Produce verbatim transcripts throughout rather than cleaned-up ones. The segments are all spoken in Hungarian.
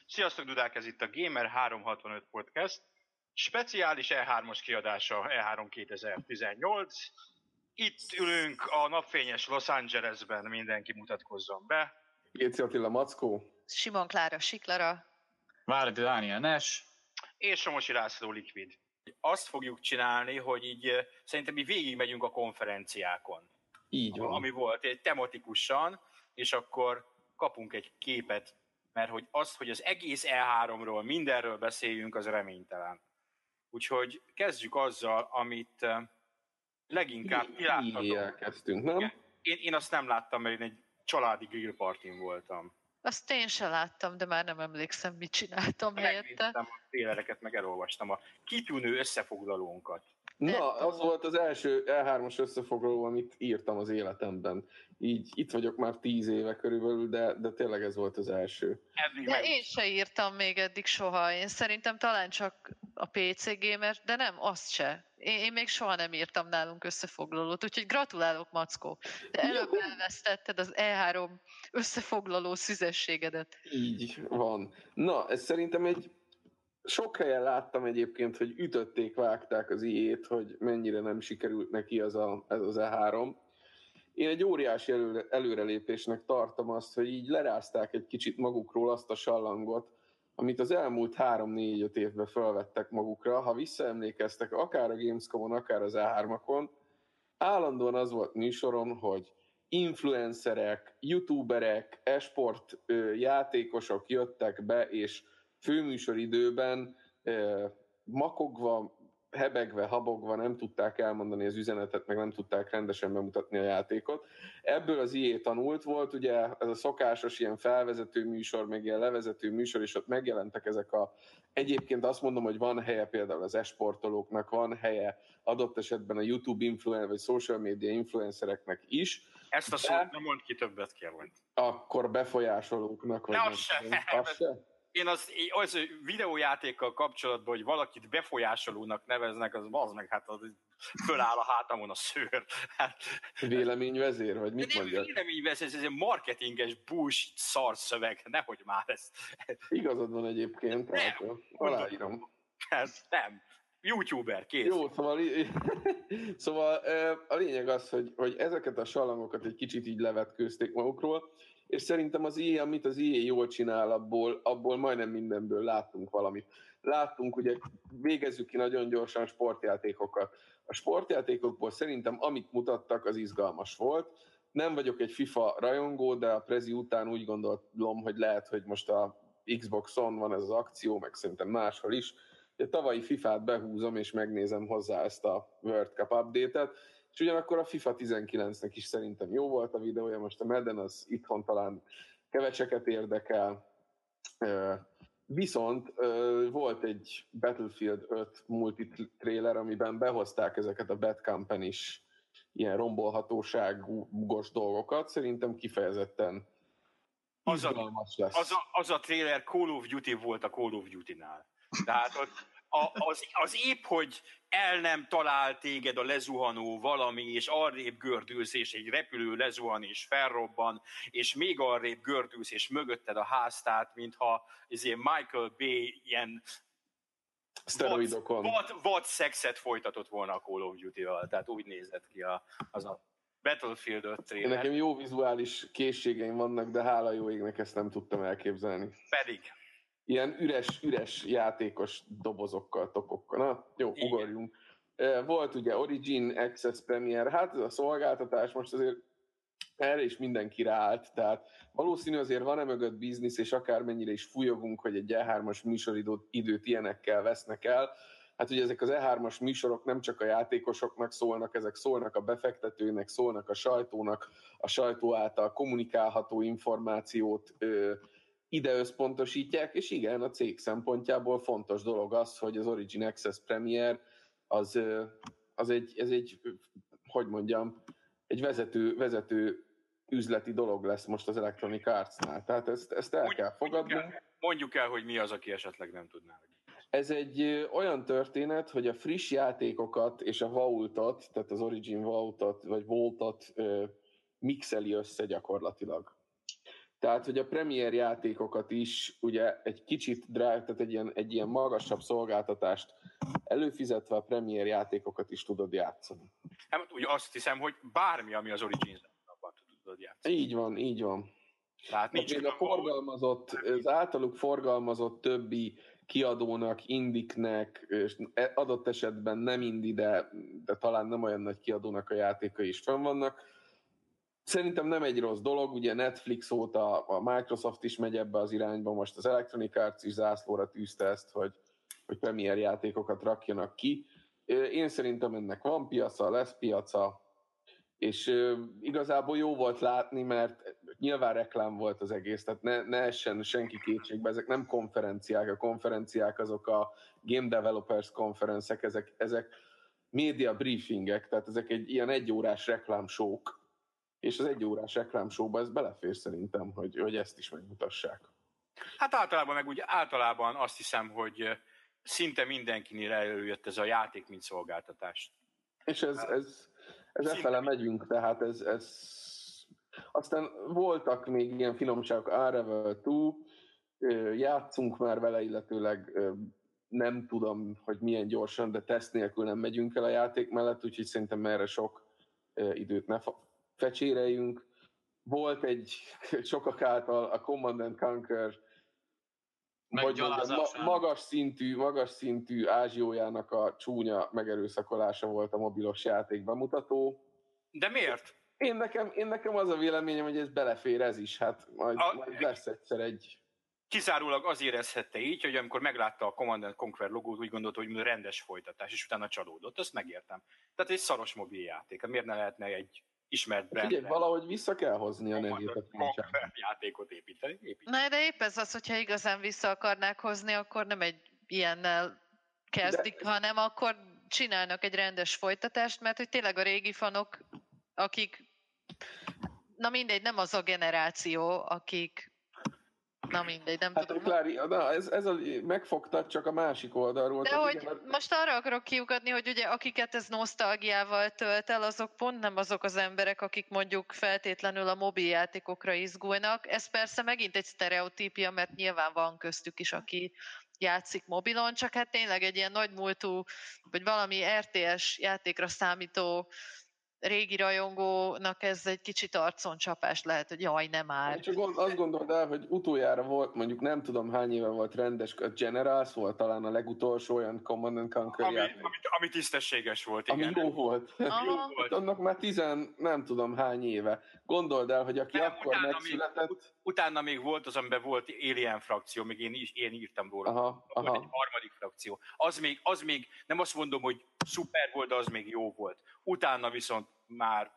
Sziasztok, Dudák, ez itt a Gamer háromszázhatvanöt Podcast, speciális E hármas kiadása E három kétezer-tizennyolc. Itt ülünk a napfényes Los Angelesben, mindenki mutatkozzon be. Géci Attila Mackó. Simon Klára Siklara. Várdi Dániel Nes. És Somosi László Liquid. Azt fogjuk csinálni, hogy így szerintem mi végigmegyünk a konferenciákon. Így van. Ami volt, egy tematikusan, és akkor kapunk egy képet, mert hogy az, hogy az egész E háromról, mindenről beszéljünk, az reménytelen. Úgyhogy kezdjük azzal, amit leginkább ti láttatok. Kezdtünk, nem? Én, én azt nem láttam, mert én egy családi grill partin voltam. Azt én sem láttam, de már nem emlékszem, mit csináltam helyette. Megnéztem a trélereket, meg elolvastam a kitűnő összefoglalónkat. Na, az volt az első E hármas összefoglaló, amit írtam az életemben. Így itt vagyok már tíz éve körülbelül, de, de tényleg ez volt az első. De meg... én se írtam még eddig soha. Én szerintem talán csak a pé cé Gamer, de nem, azt se. Én, én még soha nem írtam nálunk összefoglalót, úgyhogy gratulálok, Mackó. De előbb elvesztetted az E három összefoglaló szüzességedet. Így van. Na, ez szerintem egy... Sok helyen láttam egyébként, hogy ütötték, vágták az i á-t, hogy mennyire nem sikerült neki az a, ez az E három. Én egy óriási előre, előrelépésnek tartom azt, hogy így lerázták egy kicsit magukról azt a sallangot, amit az elmúlt három-négy-öt évben felvettek magukra. Ha visszaemlékeztek, akár a Gamescomon, akár az E hármakon, állandóan az volt műsoron, hogy influencerek, youtuberek, e-sport játékosok jöttek be, és főműsoridőben eh, makogva, hebegve, habogva nem tudták elmondani az üzenetet, meg nem tudták rendesen bemutatni a játékot. Ebből az i á tanult volt, ugye ez a szokásos ilyen felvezető műsor, meg ilyen levezető műsor, és ott megjelentek ezek a... Egyébként azt mondom, hogy van helye például az e-sportolóknak, van helye adott esetben a YouTube influencer, vagy social media influencereknek is. Ezt a szót nem mond ki, többet kell mondani. Akkor befolyásolóknak. Vagy ne, nem, az se. Az se. Én az, az videójátékkal kapcsolatban, hogy valakit befolyásolónak neveznek, az az meg hát az föláll a hátamon a szőr. Hát, véleményvezér, vagy mit mondjak? Véleményvezér, ez egy marketinges bullshit szarszöveg, nehogy már ez. Igazad van egyébként, nem, hát, aláírom. Hát, nem. YouTuber, kész. Jó, szóval, szóval a lényeg az, hogy, hogy ezeket a sallangokat egy kicsit így levetkőzték magukról, és szerintem az i á, amit az i á jól csinál, abból, abból majdnem mindenből láttunk valamit. Láttunk, ugye végezzük ki nagyon gyorsan sportjátékokat. A sportjátékokból szerintem amit mutattak, az izgalmas volt. Nem vagyok egy FIFA rajongó, de a Prezi után úgy gondolom, hogy lehet, hogy most a Xboxon van ez az akció, meg szerintem máshol is. A tavalyi fifát behúzom, és megnézem hozzá ezt a World Cup update-et, és ugyanakkor a FIFA tizenkilencnek is szerintem jó volt a videója, most a Madden az itthon talán kevecseket érdekel, viszont volt egy Battlefield öt multitrailer, amiben behozták ezeket a Bad Company-s ilyen rombolhatóságos dolgokat, szerintem kifejezetten az a, lesz. Az, a, az a trailer Call of Duty volt a Call of Duty-nál. Tehát ott A, az, az épp, hogy el nem talál téged a lezuhanó valami, és arrébb gördülsz, és egy repülő lezuhan, és felrobban, és még arrébb gördülsz, és mögötted a háztát, mintha ezért Michael Bay ilyen szteroidokon vad, vad szexet folytatott volna a Call of Duty-val. Tehát úgy nézett ki a, az a Battlefield öt trailer. Nekem jó vizuális készségeim vannak, de hála jó égnek ezt nem tudtam elképzelni. Pedig. Ilyen üres, üres játékos dobozokkal, tokokkal. Na, jó, igen. Ugorjunk. Volt ugye Origin, Access, Premier, hát ez a szolgáltatás most azért erre is mindenki ráállt, tehát valószínű azért van-e mögött biznisz, és akármennyire is fújogunk, hogy egy E hármas műsoridőt időt ilyenekkel vesznek el, hát ugye ezek az E hármas műsorok nem csak a játékosoknak szólnak, ezek szólnak a befektetőnek, szólnak a sajtónak, a sajtó által kommunikálható információt ö, ide összpontosítják, és igen, a cég szempontjából fontos dolog az, hogy az Origin Access Premier az, az egy, ez egy, hogy mondjam, egy vezető, vezető üzleti dolog lesz most az Electronic Arts-nál. Tehát ezt, ezt el kell fogadni. Mondjuk el, mondjuk el, hogy mi az, aki esetleg nem tudná. Ez egy olyan történet, hogy a friss játékokat és a Vault-ot, tehát az Origin Vault-ot, vagy Vault-ot mixeli össze gyakorlatilag. Tehát, hogy a Premier játékokat is ugye egy kicsit drág, tehát egy ilyen, egy ilyen magasabb szolgáltatást előfizetve a Premier játékokat is tudod játszani. Hát úgy azt hiszem, hogy bármi, ami az Origins-ben abban tudod játszani. Így van, így van. Tehát nincs a forgalmazott, az általuk forgalmazott többi kiadónak, indiknek, és adott esetben nem indi, de, de talán nem olyan nagy kiadónak a játékai is fönn vannak. Szerintem nem egy rossz dolog, ugye Netflix óta a Microsoft is megy ebbe az irányba, most az Electronic Arts is zászlóra tűzte ezt, hogy, hogy Premier játékokat rakjanak ki. Én szerintem ennek van piaca, lesz piaca, és uh, igazából jó volt látni, mert nyilván reklám volt az egész, tehát ne, ne essen senki kétségbe, ezek nem konferenciák, a konferenciák azok a Game Developers konferencek, ezek, ezek média briefingek, tehát ezek egy ilyen egyórás reklámsók, és az egyórás reklámsóba ez belefér szerintem, hogy, hogy ezt is megmutassák. Hát általában meg úgy általában azt hiszem, hogy szinte mindenkinél előjött ez a játék, mint szolgáltatás. És ez, ez Ez efele megyünk, tehát ez, ez... Aztán voltak még ilyen finomságok, Unravel kettő, játszunk már vele, illetőleg nem tudom, hogy milyen gyorsan, de teszt nélkül nem megyünk el a játék mellett, úgyhogy szerintem erre sok időt ne fecséreljünk. Volt egy sokak által a Command and Conquer vagy mondjam, magas szintű, magas szintű ázsiójának a csúnya megerőszakolása volt a mobilos játék bemutató. De miért? Én nekem, én nekem az a véleményem, hogy ez belefér ez is, hát majd, a, majd lesz egyszer egy... Kizárólag az érezhette így, hogy amikor meglátta a Command and Conquer logót, úgy gondolta, hogy rendes folytatás, és utána csalódott, azt megértem. Tehát egy szaros mobil játék, miért ne lehetne egy ismert brand. Ugye, valahogy vissza kell hozni a nevét a Conquer játékot építeni. építeni. Na, de épp ez az, hogyha igazán vissza akarnák hozni, akkor nem egy ilyennel kezdik, de... hanem akkor csinálnak egy rendes folytatást, mert hogy tényleg a régi fanok, akik, na mindegy, nem az a generáció, akik, na mindegy, nem hát, tudom. Klári, na, ez, ez a, megfogtad csak a másik oldalról. De hogy igen, most arra akarok kiugadni, hogy ugye akiket ez nosztalgiával tölt el, azok pont nem azok az emberek, akik mondjuk feltétlenül a mobiljátékokra izgulnak. Ez persze megint egy sztereotípia, mert nyilván van köztük is, aki játszik mobilon, csak hát tényleg egy ilyen nagymúltú, vagy valami er té es játékra számító régi rajongónak ez egy kicsit arconcsapás lehet, hogy jaj, nem már. Csak azt gondold el, hogy utoljára volt, mondjuk nem tudom hány éve volt rendes, a Generals volt talán a legutolsó olyan Command and Conquer ami, játék. Ami, ami tisztességes volt, igen. Ami jó volt. jó volt. Annak már tizen nem tudom hány éve. Gondold el, hogy aki nem, akkor megszületett... Még, utána még volt az, amiben volt Alien frakció, még én, is, én írtam róla. Aha, volt aha. egy harmadik frakció. Az még, az még, nem azt mondom, hogy szuper volt, de az még jó volt. Utána viszont már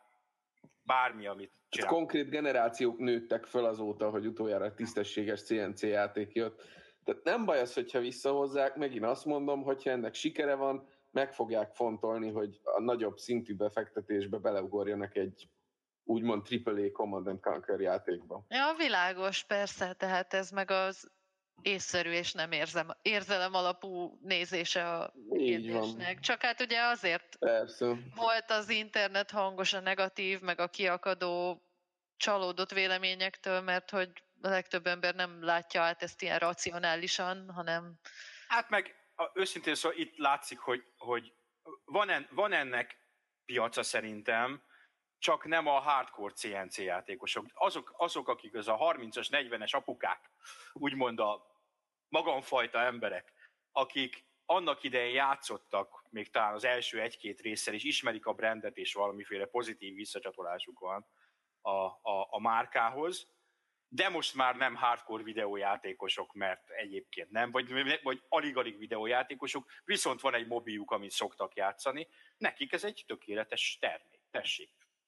bármi, amit csinál. Konkrét generációk nőttek föl azóta, hogy utoljára tisztességes cé en cé játék jött. Tehát nem baj az, hogyha visszahozzák, megint azt mondom, hogyha ennek sikere van, meg fogják fontolni, hogy a nagyobb szintű befektetésbe beleugorjanak egy úgymond triple A Command and Conquer játékba. Ja, világos, persze, tehát ez meg az észszerű és nem érzem, érzelem alapú nézése a kérdésnek. Csak hát ugye azért persze. Volt az internet hangos a negatív, meg a kiakadó csalódott véleményektől, mert hogy a legtöbb ember nem látja át ezt ilyen racionálisan, hanem... Hát meg őszintén szóval itt látszik, hogy, hogy van, en, van ennek piaca szerintem, csak nem a hardcore cé en cé játékosok. Azok, azok akik az a harmincas, negyvenes apukák, úgymond a magamfajta emberek, akik annak idején játszottak, még talán az első egy-két résszel is ismerik a brandet, és valamiféle pozitív visszacsatolásuk van a, a, a márkához, de most már nem hardcore videójátékosok, mert egyébként nem, vagy, vagy alig-alig videójátékosok, viszont van egy mobiljuk, amit szoktak játszani, nekik ez egy tökéletes termék, tessék.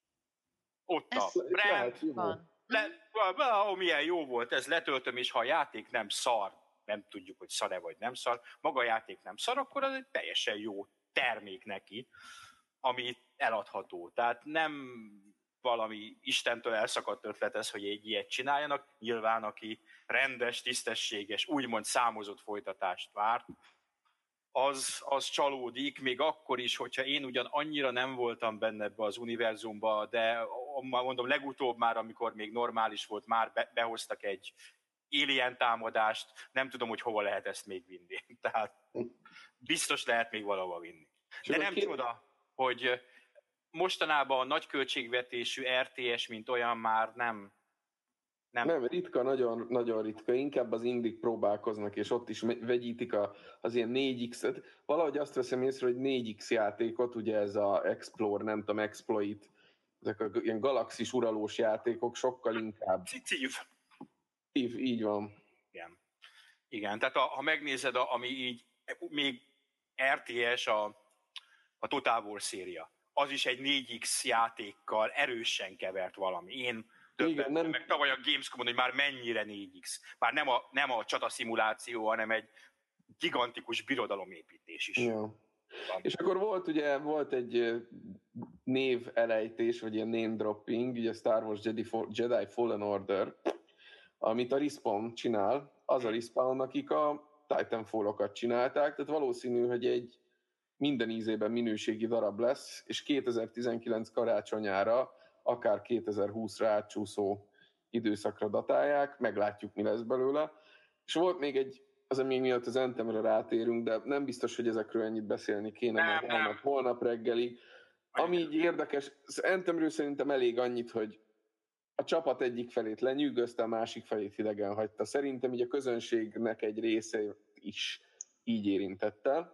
Ott a brand, le, le, milyen jó volt, ez letöltöm, és ha a játék nem szar, nem tudjuk, hogy szar-e vagy nem szar, maga a játék nem szar, akkor az egy teljesen jó termék neki, ami eladható. Tehát nem valami Istentől elszakadt ötlet ez, hogy egy ilyet csináljanak. Nyilván, aki rendes, tisztességes, úgymond számozott folytatást várt, az, az csalódik, még akkor is, hogyha én ugyan annyira nem voltam benne ebbe az univerzumba, de mondom, legutóbb már, amikor még normális volt, már be, behoztak egy alien támadást, nem tudom, hogy hova lehet ezt még vinni. Tehát biztos lehet még valahova vinni. De nem csoda, hogy mostanában a nagy költségvetésű er té es, mint olyan már nem... Nem, nem ritka, nagyon, nagyon ritka. Inkább az indik próbálkoznak, és ott is vegyítik a, az ilyen négy iksz-et. Valahogy azt veszem észre, hogy négy iksz játékot, ugye ez a Explore, nem tudom, Exploit, ezek a ilyen galaxis uralós játékok sokkal inkább... Cív. Cív, így van. Igen. Igen, tehát a, ha megnézed, a, ami így még er té es, a, a Total War széria, az is egy négy iksz játékkal erősen kevert valami. Én többen, nem... meg tavaly a Gamescom-on, hogy már mennyire négy iksz. Már nem a, nem a csataszimuláció, hanem egy gigantikus birodalomépítés is. Ja. És akkor volt ugye, volt egy név elejtés, vagy ilyen name dropping, ugye Star Wars Jedi, Jedi Fallen Order, amit a Respawn csinál, az a Respawn, akik a Titanfall-okat csinálták, tehát valószínű, hogy egy minden ízében minőségi darab lesz, és kétezer-tizenkilenc karácsonyára, akár kétezer-húszra átcsúszó időszakra datálják, meglátjuk, mi lesz belőle. És volt még egy, az még miatt az Anthemre rátérünk, de nem biztos, hogy ezekről ennyit beszélni kéne, nem, mert holnap, holnap reggelig. Ami így érdekes, az Anthemről szerintem elég annyit, hogy a csapat egyik felét lenyűgözte, a másik felét hidegen hagyta. Szerintem így a közönségnek egy része is így érintette.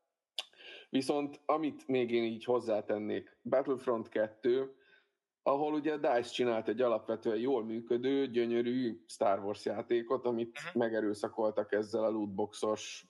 Viszont amit még én így hozzátennék, Battlefront kettő, ahol ugye DICE csinált egy alapvetően jól működő, gyönyörű Star Wars játékot, amit uh-huh. megerőszakoltak ezzel a lootboxos,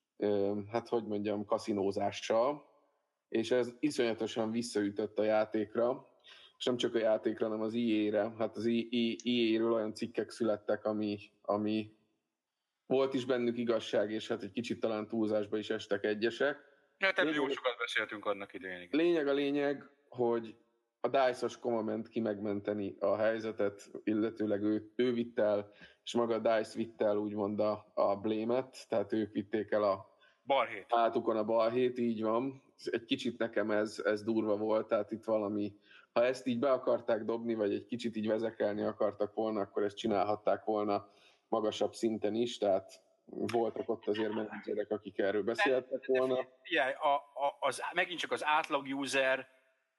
hát hogy mondjam, kaszinózással, és ez iszonyatosan visszaütött a játékra, és nem csak a játékra, hanem az í á-re. Hát az í á-ről olyan cikkek születtek, ami, ami volt is bennük igazság, és hát egy kicsit talán túlzásba is estek egyesek. Ja, te jó sokat beszéltünk annak idején. Lényeg a lényeg, hogy a DICE-os koma ment ki megmenteni a helyzetet, illetőleg ő, ő vitt el, és maga a DICE vitt el úgymond a, a blame-et, tehát ők vitték el a balhét. Hátukon a balhét, így van. Egy kicsit nekem ez, ez durva volt, tehát itt valami, ha ezt így be akarták dobni, vagy egy kicsit így vezekelni akartak volna, akkor ezt csinálhatták volna magasabb szinten is, tehát voltak ott azért menedzserek, akik erről beszéltek volna. Figyelj, a, a, az, megint csak az átlag user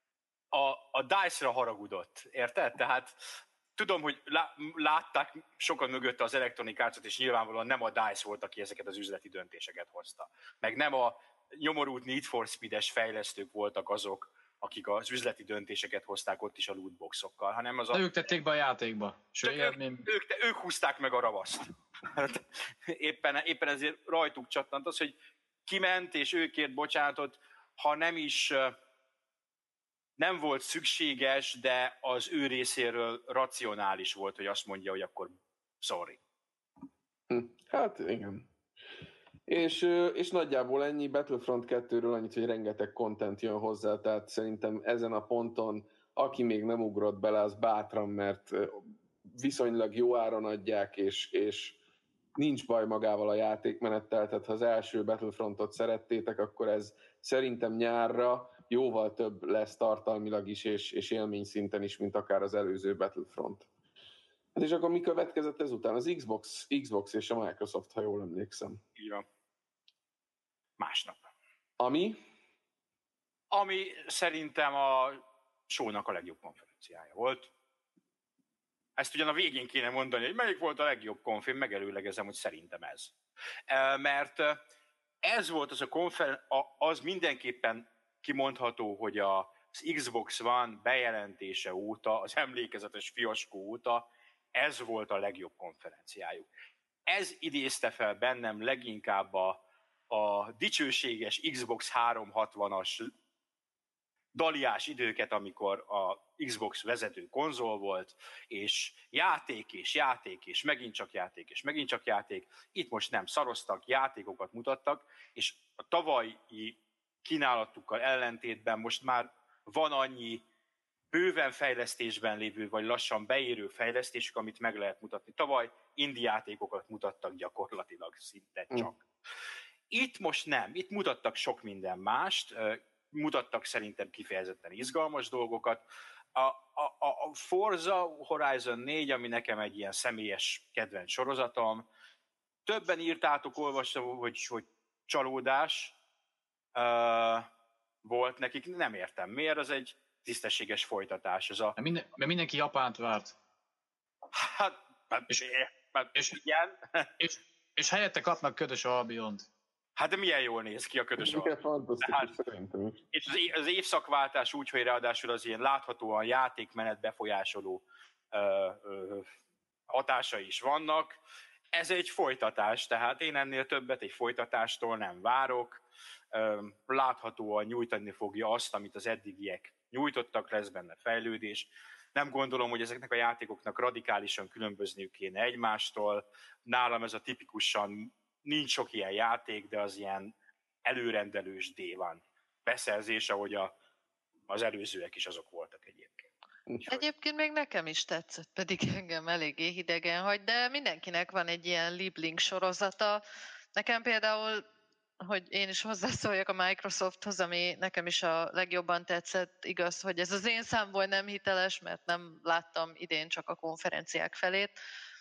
a, a DICE-ra haragudott, érted? Tehát tudom, hogy lá, látták sokan mögötte az Electronic Arts-ot, és nyilvánvalóan nem a DICE volt, aki ezeket az üzleti döntéseket hozta. Meg nem a nyomorult Need for Speed-es fejlesztők voltak azok, akik az üzleti döntéseket hozták ott is a lootboxokkal, hanem az a... Ők tették be a játékba. Ők, ők, ők, ők húzták meg a ravaszt. éppen, éppen ezért rajtuk csattant az, hogy kiment, és ő kért bocsánatot, ha nem is nem volt szükséges, de az ő részéről racionális volt, hogy azt mondja, hogy akkor sorry. Hát igen. És, és nagyjából ennyi. Battlefront kettőről annyit, hogy rengeteg content jön hozzá, tehát szerintem ezen a ponton, aki még nem ugrott bele, az bátran, mert viszonylag jó áron adják, és, és nincs baj magával a játékmenettel, tehát ha az első Battlefrontot szerettétek, akkor ez szerintem nyárra jóval több lesz tartalmilag is, és, és élmény szinten is, mint akár az előző Battlefront. Hát és akkor mi következett ezután? Az Xbox, Xbox és a Microsoft, ha jól emlékszem. Így van. Másnap. Ami? Ami szerintem a show-nak a legjobb konferenciája volt. Ezt ugyan a végén kéne mondani, hogy melyik volt a legjobb konf, én megelőlegezem, hogy szerintem ez. Mert ez volt az a konfer, az mindenképpen kimondható, hogy az Xbox One bejelentése óta, az emlékezetes fiaskó óta, ez volt a legjobb konferenciájuk. Ez idézte fel bennem leginkább a, a dicsőséges Xbox háromszázhatvanas daliás időket, amikor a Xbox vezető konzol volt, és játék és játék, és megint csak játék, és megint csak játék. Itt most nem szaroztak, játékokat mutattak, és a tavalyi kínálatukkal ellentétben most már van annyi bőven fejlesztésben lévő, vagy lassan beérő fejlesztésük, amit meg lehet mutatni. Tavaly indie játékokat mutattak gyakorlatilag szinte csak. Mm. Itt most nem, itt mutattak sok minden mást, mutattak szerintem kifejezetten izgalmas dolgokat. a, a, a Forza Horizon négy, ami nekem egy ilyen személyes kedvenc sorozatom, többen írtátok, olvastam, hogy, hogy csalódás uh, volt nekik, nem értem miért, az egy tisztességes folytatás. Ez a... Mert, minden, mert mindenki Japánt várt. Hát, hát, és, hát és, igen. És, és helyette kapnak Ködös Albiont. Hát de milyen jól néz ki a Ködös Albion. Fantasztikus szerintem is. És az, az évszakváltás úgy, hogy ráadásul az ilyen láthatóan játékmenet befolyásoló ö, ö, hatásai is vannak. Ez egy folytatás, tehát én ennél többet egy folytatástól nem várok. Ö, láthatóan nyújtani fogja azt, amit az eddigiek nyújtottak, lesz benne fejlődés. Nem gondolom, hogy ezeknek a játékoknak radikálisan különbözniük kéne egymástól. Nálam ez a tipikusan nincs sok ilyen játék, de az ilyen előrendelős dé van. Beszerzés, ahogy a, az előzőek is azok voltak egyébként. Úgyhogy... Egyébként még nekem is tetszett, pedig engem eléggé hidegen hagy, de mindenkinek van egy ilyen Liebling sorozata. Nekem például, hogy én is hozzászóljak a Microsofthoz, ami nekem is a legjobban tetszett, igaz, hogy ez az én számból nem hiteles, mert nem láttam idén csak a konferenciák felét.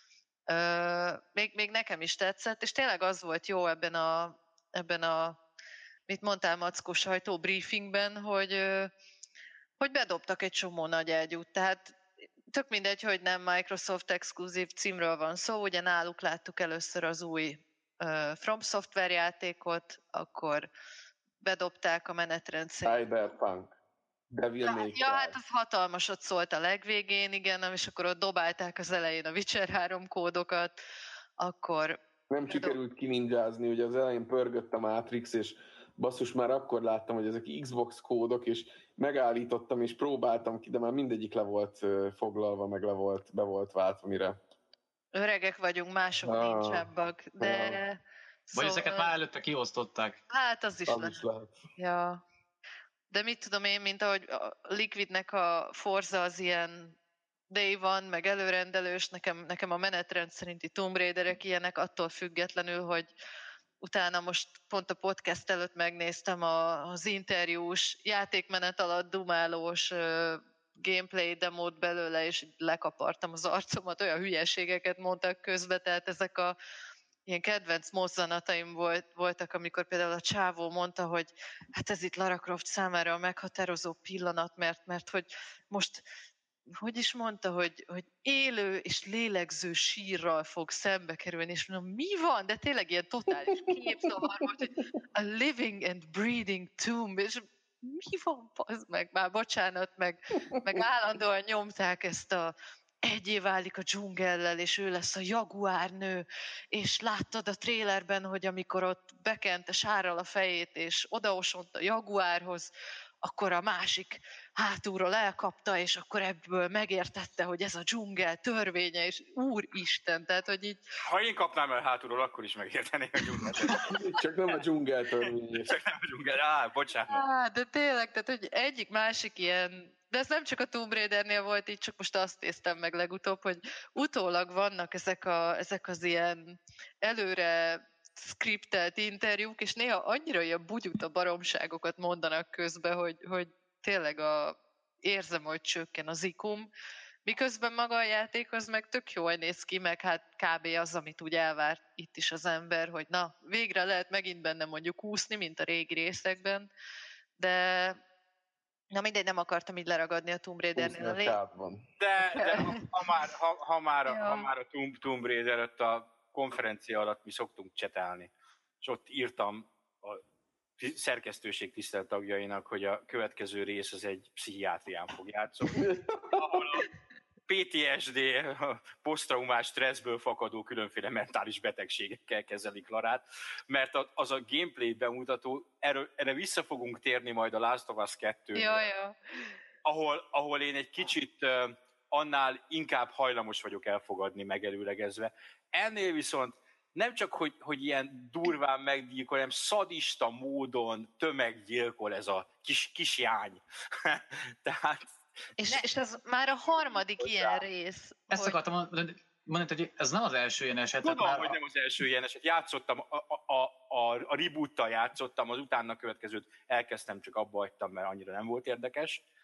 Uh, még, még nekem is tetszett, és tényleg az volt jó ebben a, ebben a mit mondtál, Mackó, sajtó briefingben, hogy, uh, hogy bedobtak egy csomó nagy ágyút, tehát tök mindegy, hogy nem Microsoft exkluzív címről van szó, ugye náluk láttuk először az új uh, From Software játékot, akkor bedobták a menetrend szerint. Cyberpunk. Devil May Cry. Ja, hát az hatalmasat szólt a legvégén, igen, és akkor ott dobálták az elején a Witcher három kódokat, akkor... Nem sikerült kininjázni, ugye az elején pörgött a Matrix, és basszus, már akkor láttam, hogy ezek Xbox kódok, és megállítottam, és próbáltam ki, de már mindegyik le volt foglalva, meg le volt, be volt váltva, mire. Öregek vagyunk, mások ah, nincsebbak, de... Ah. Szóval... Vagy ezeket már előtte kiosztották. Hát az is az lehet. Is lehet. Ja. De mit tudom én, mint ahogy a Liquidnek a Forza az ilyen day one, meg előrendelős, nekem, nekem a menetrend szerinti Tomb Raiderek ilyenek, attól függetlenül, hogy utána most pont a podcast előtt megnéztem a, az interjús, játékmenet alatt dumálós uh, gameplay demót belőle, és lekapartam az arcomat, olyan hülyeségeket mondtak közbe, tehát ezek a ilyen kedvenc mozzanataim volt, voltak, amikor például a csávó mondta, hogy hát ez itt Lara Croft számára a meghatározó pillanat, mert, mert hogy most, hogy is mondta, hogy, hogy élő és lélegző sírral fog szembe kerülni, és mondom, mi van? De tényleg ilyen totális képzavar volt, hogy a living and breathing tomb, és mi van, bazd meg, már bocsánat, meg, meg állandóan nyomták ezt a egyé válik a dzsungellel, és ő lesz a jaguárnő, és láttad a trélerben, hogy amikor ott bekente sárral a fejét, és odaosont a jaguárhoz, akkor a másik hátulról elkapta, és akkor ebből megértette, hogy ez a dzsungel törvénye, és úristen, tehát, hogy így... Ha én kapnám el hátulról, akkor is megértenék a dzsungel. Csak nem a dzsungel törvénye. Csak nem a dzsungel, á, bocsánat. Á, de tényleg, tehát, hogy egyik másik ilyen... De ez nem csak a Tomb Raidernél volt így, csak most azt néztem meg legutóbb, hogy utólag vannak ezek, a, ezek az ilyen előre skriptelt interjúk, és néha annyira ilyen bugyuta baromságokat mondanak közbe, hogy, hogy tényleg a, érzem, hogy csökken az ikum, miközben maga a játék az meg tök jól néz ki, meg hát kb. Az, amit úgy elvárt itt is az ember, hogy na, végre lehet megint benne mondjuk úszni, mint a régi részekben, de na mindegy, nem akartam így leragadni a Tomb Raidernél. A lé... De, de ha, ha, már, ha, ha, már, ja. ha már a Tomb, Tomb Raider előtt a konferencia alatt mi szoktunk csetelni, és ott írtam a szerkesztőség tisztelt tagjainak, hogy a következő rész az egy pszichiátrián fog játszani, ahol a pé té es dé, a posztraumás stresszből fakadó különféle mentális betegségekkel kezelik Larát, mert az a gameplay bemutató, erre, erre vissza fogunk térni majd a Last of Us kettőre, ja, ja. ahol, ahol én egy kicsit uh, annál inkább hajlamos vagyok elfogadni megelőlegezve. Ennél viszont nem csak, hogy, hogy ilyen durván meggyilkol, hanem szadista módon tömeggyilkol ez a kis, kisjány. Tehát És, ne, és ez már a harmadik ilyen rész. Ezt hogy... akartam mondani, hogy ez nem az első ilyen eset. Tudom, már... hogy nem az első ilyen eset. Játszottam, a, a, a, a reboottal játszottam, az utána következőt elkezdtem, csak abba hagytam, mert annyira nem volt érdekes.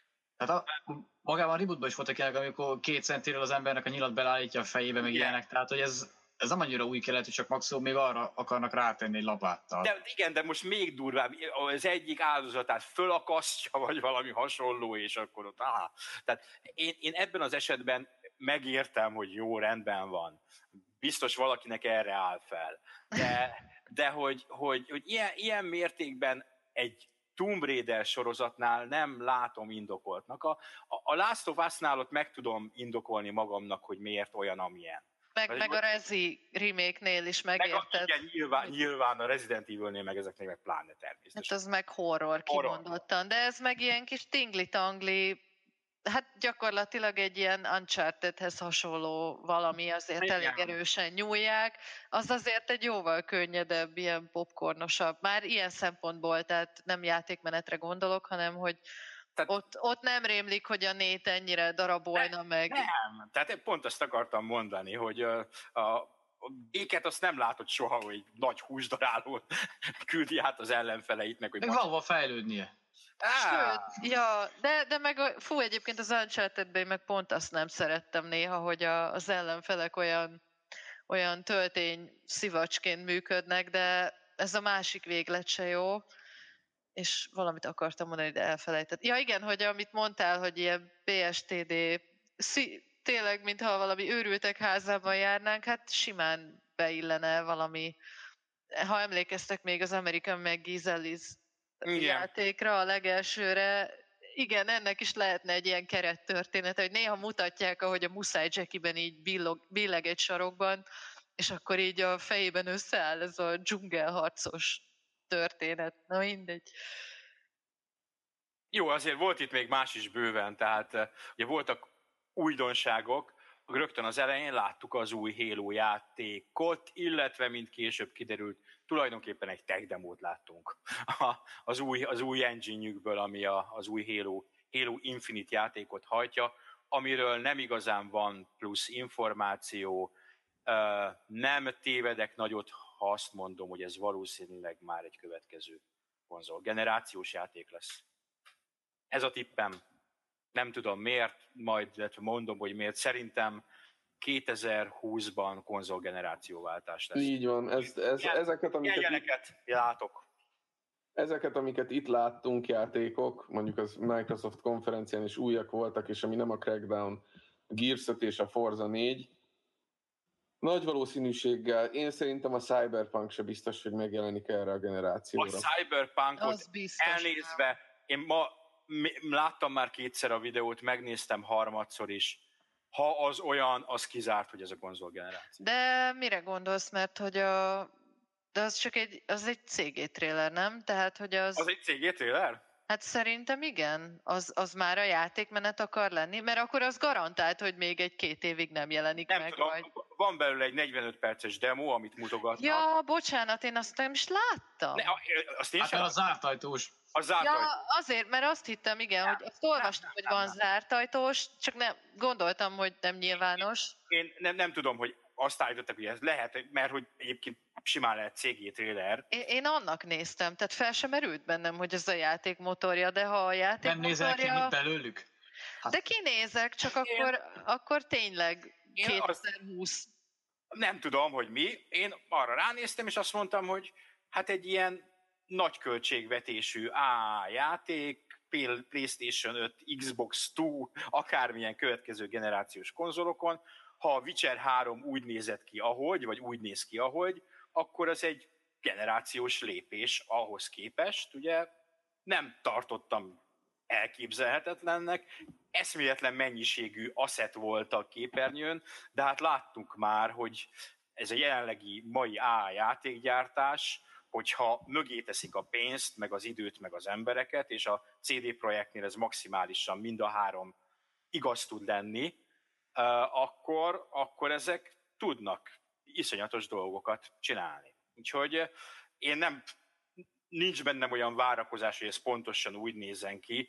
Hát a, magában a rebootban is voltak ilyenek, amikor két centiről az embernek a nyilat belállítja a fejébe, meg Igen. ilyenek, tehát hogy ez, ez nem annyira új keletű, csak maximum még arra akarnak rátenni egy lapáttal. De igen, de most még durvább, az egyik áldozatát fölakasztja, vagy valami hasonló, és akkor ott, áh. Tehát én, én ebben az esetben megértem, hogy jó, rendben van. Biztos valakinek erre áll fel. De, de hogy, hogy, hogy ilyen, ilyen mértékben egy Tomb Raider sorozatnál nem látom indokoltnak. A, a, a Last of Us-nál ott meg tudom indokolni magamnak, hogy miért olyan, amilyen. Meg, Az meg egy- a Rezi remake-nél is Meg a, megérted. igen, nyilván, nyilván a Resident Evil-nél, meg ezeknél meg pláne Hát természetesen. az meg horror Horror. kimondottan, de ez meg ilyen kis tingli-tangli, hát gyakorlatilag egy ilyen Uncharted-hez hasonló valami, azért Igen. elég erősen nyúlják, az azért egy jóval könnyedebb, ilyen popcornosabb, már ilyen szempontból, tehát nem játékmenetre gondolok, hanem hogy Tehát- ott, ott nem rémlik, hogy a nét ennyire darabolna meg. Nem, tehát én pont azt akartam mondani, hogy a, a, a béket azt nem látod soha, hogy nagy húsdaráló küldi át az ellenfeleitnek, hogy Meg most- valahol fejlődnie. Á, Sőt, ja, de, de meg, a- fú, egyébként az Uncharted-ben meg pont azt nem szerettem néha, hogy a, az ellenfelek olyan, olyan töltény szivacsként működnek, de ez a másik véglet se jó, és valamit akartam mondani, de elfelejtett. Ja igen, hogy amit mondtál, hogy ilyen bé es té dé, szi, tényleg, mintha valami őrültek házában járnánk, hát simán beillene valami, ha emlékeztek még az American McGee-Ellis Igen. játékra, a legelsőre, igen, ennek is lehetne egy ilyen kerettörténete, hogy néha mutatják, ahogy a Muszáj Jackie-ben így billog, billeg egy sarokban, és akkor így a fejében összeáll ez a dzsungelharcos történet. Na mindegy. jó, azért volt itt még más is bőven, tehát eh, ugye voltak újdonságok, rögtön az elején láttuk az új Halo játékot, illetve, mint később kiderült, tulajdonképpen egy tech demót láttunk A- az új, az új engine-jükből, ami a, az új Halo, Halo Infinite játékot hajtja, amiről nem igazán van plusz információ, Ö, nem tévedek nagyot, ha azt mondom, hogy ez valószínűleg már egy következő konzol. Generációs játék lesz. Ez a tippem. Nem tudom miért, majd illetve mondom, hogy miért. Szerintem kétezer-húszban konzolgenerációváltás lesz. Így van, ez, ez, Ilyen- ezeket, Ilyen amiket, itt, jeleket látok. ezeket, amiket itt láttunk játékok, mondjuk az Microsoft konferencián is újak voltak, és ami nem a Crackdown, a Gears öt és a Forza négy, nagy valószínűséggel, én szerintem a Cyberpunk se biztos, hogy megjelenik erre a A generációra. Cyberpunkot Az biztos. elnézve, én ma mi- láttam már kétszer a videót, megnéztem harmadszor is. Ha az olyan, az kizárt, hogy ez a konzolgeneráció. De mire gondolsz, mert hogy a... De az csak egy, az egy cé gé trailer, nem? Tehát, hogy az... Az egy cé gé trailer? Hát szerintem igen. Az, az már a játékmenet akar lenni, mert akkor az garantált, hogy még egy-két évig nem jelenik Nem meg. tudom, Vagy... van belőle egy negyvenöt perces demo, amit mutogatnak. Ja, bocsánat, én azt nem is láttam. Ne, a- azt én Hát sem mert a zárt ajtós. a zárt Ja, ajtó. azért, mert azt hittem, igen, Nem, hogy azt olvastam, nem, hogy nem, van nem. zárt ajtós, csak nem, gondoltam, hogy nem nyilvános. Én nem, nem tudom, hogy azt állítottak, hogy ez lehet, mert hogy egyébként simán lehet cé gé trailer. Én, én annak néztem, tehát fel sem merült bennem, hogy ez a játék motorja, de ha a játék Nem nézel ki, motorja... mit belőlük? De kinézek, csak akkor, akkor tényleg Én azt- kétezer-húsz. Nem tudom, hogy mi. Én arra ránéztem, és azt mondtam, hogy hát egy ilyen nagy költségvetésű á játék, P- PlayStation öt, Xbox kettő, akármilyen következő generációs konzolokon, ha a Witcher három úgy nézett ki, ahogy, vagy úgy néz ki, ahogy, akkor az egy generációs lépés ahhoz képest, ugye nem tartottam elképzelhetetlennek, eszméletlen mennyiségű asset volt a képernyőn, de hát láttuk már, hogy ez a jelenlegi mai á játékgyártás, hogyha mögé teszik a pénzt, meg az időt, meg az embereket, és a cé dé Projektnél ez maximálisan mind a három igaz tud lenni, akkor, akkor ezek tudnak iszonyatos dolgokat csinálni. Úgyhogy én nem, nincs bennem olyan várakozás, hogy ez pontosan úgy nézzen ki.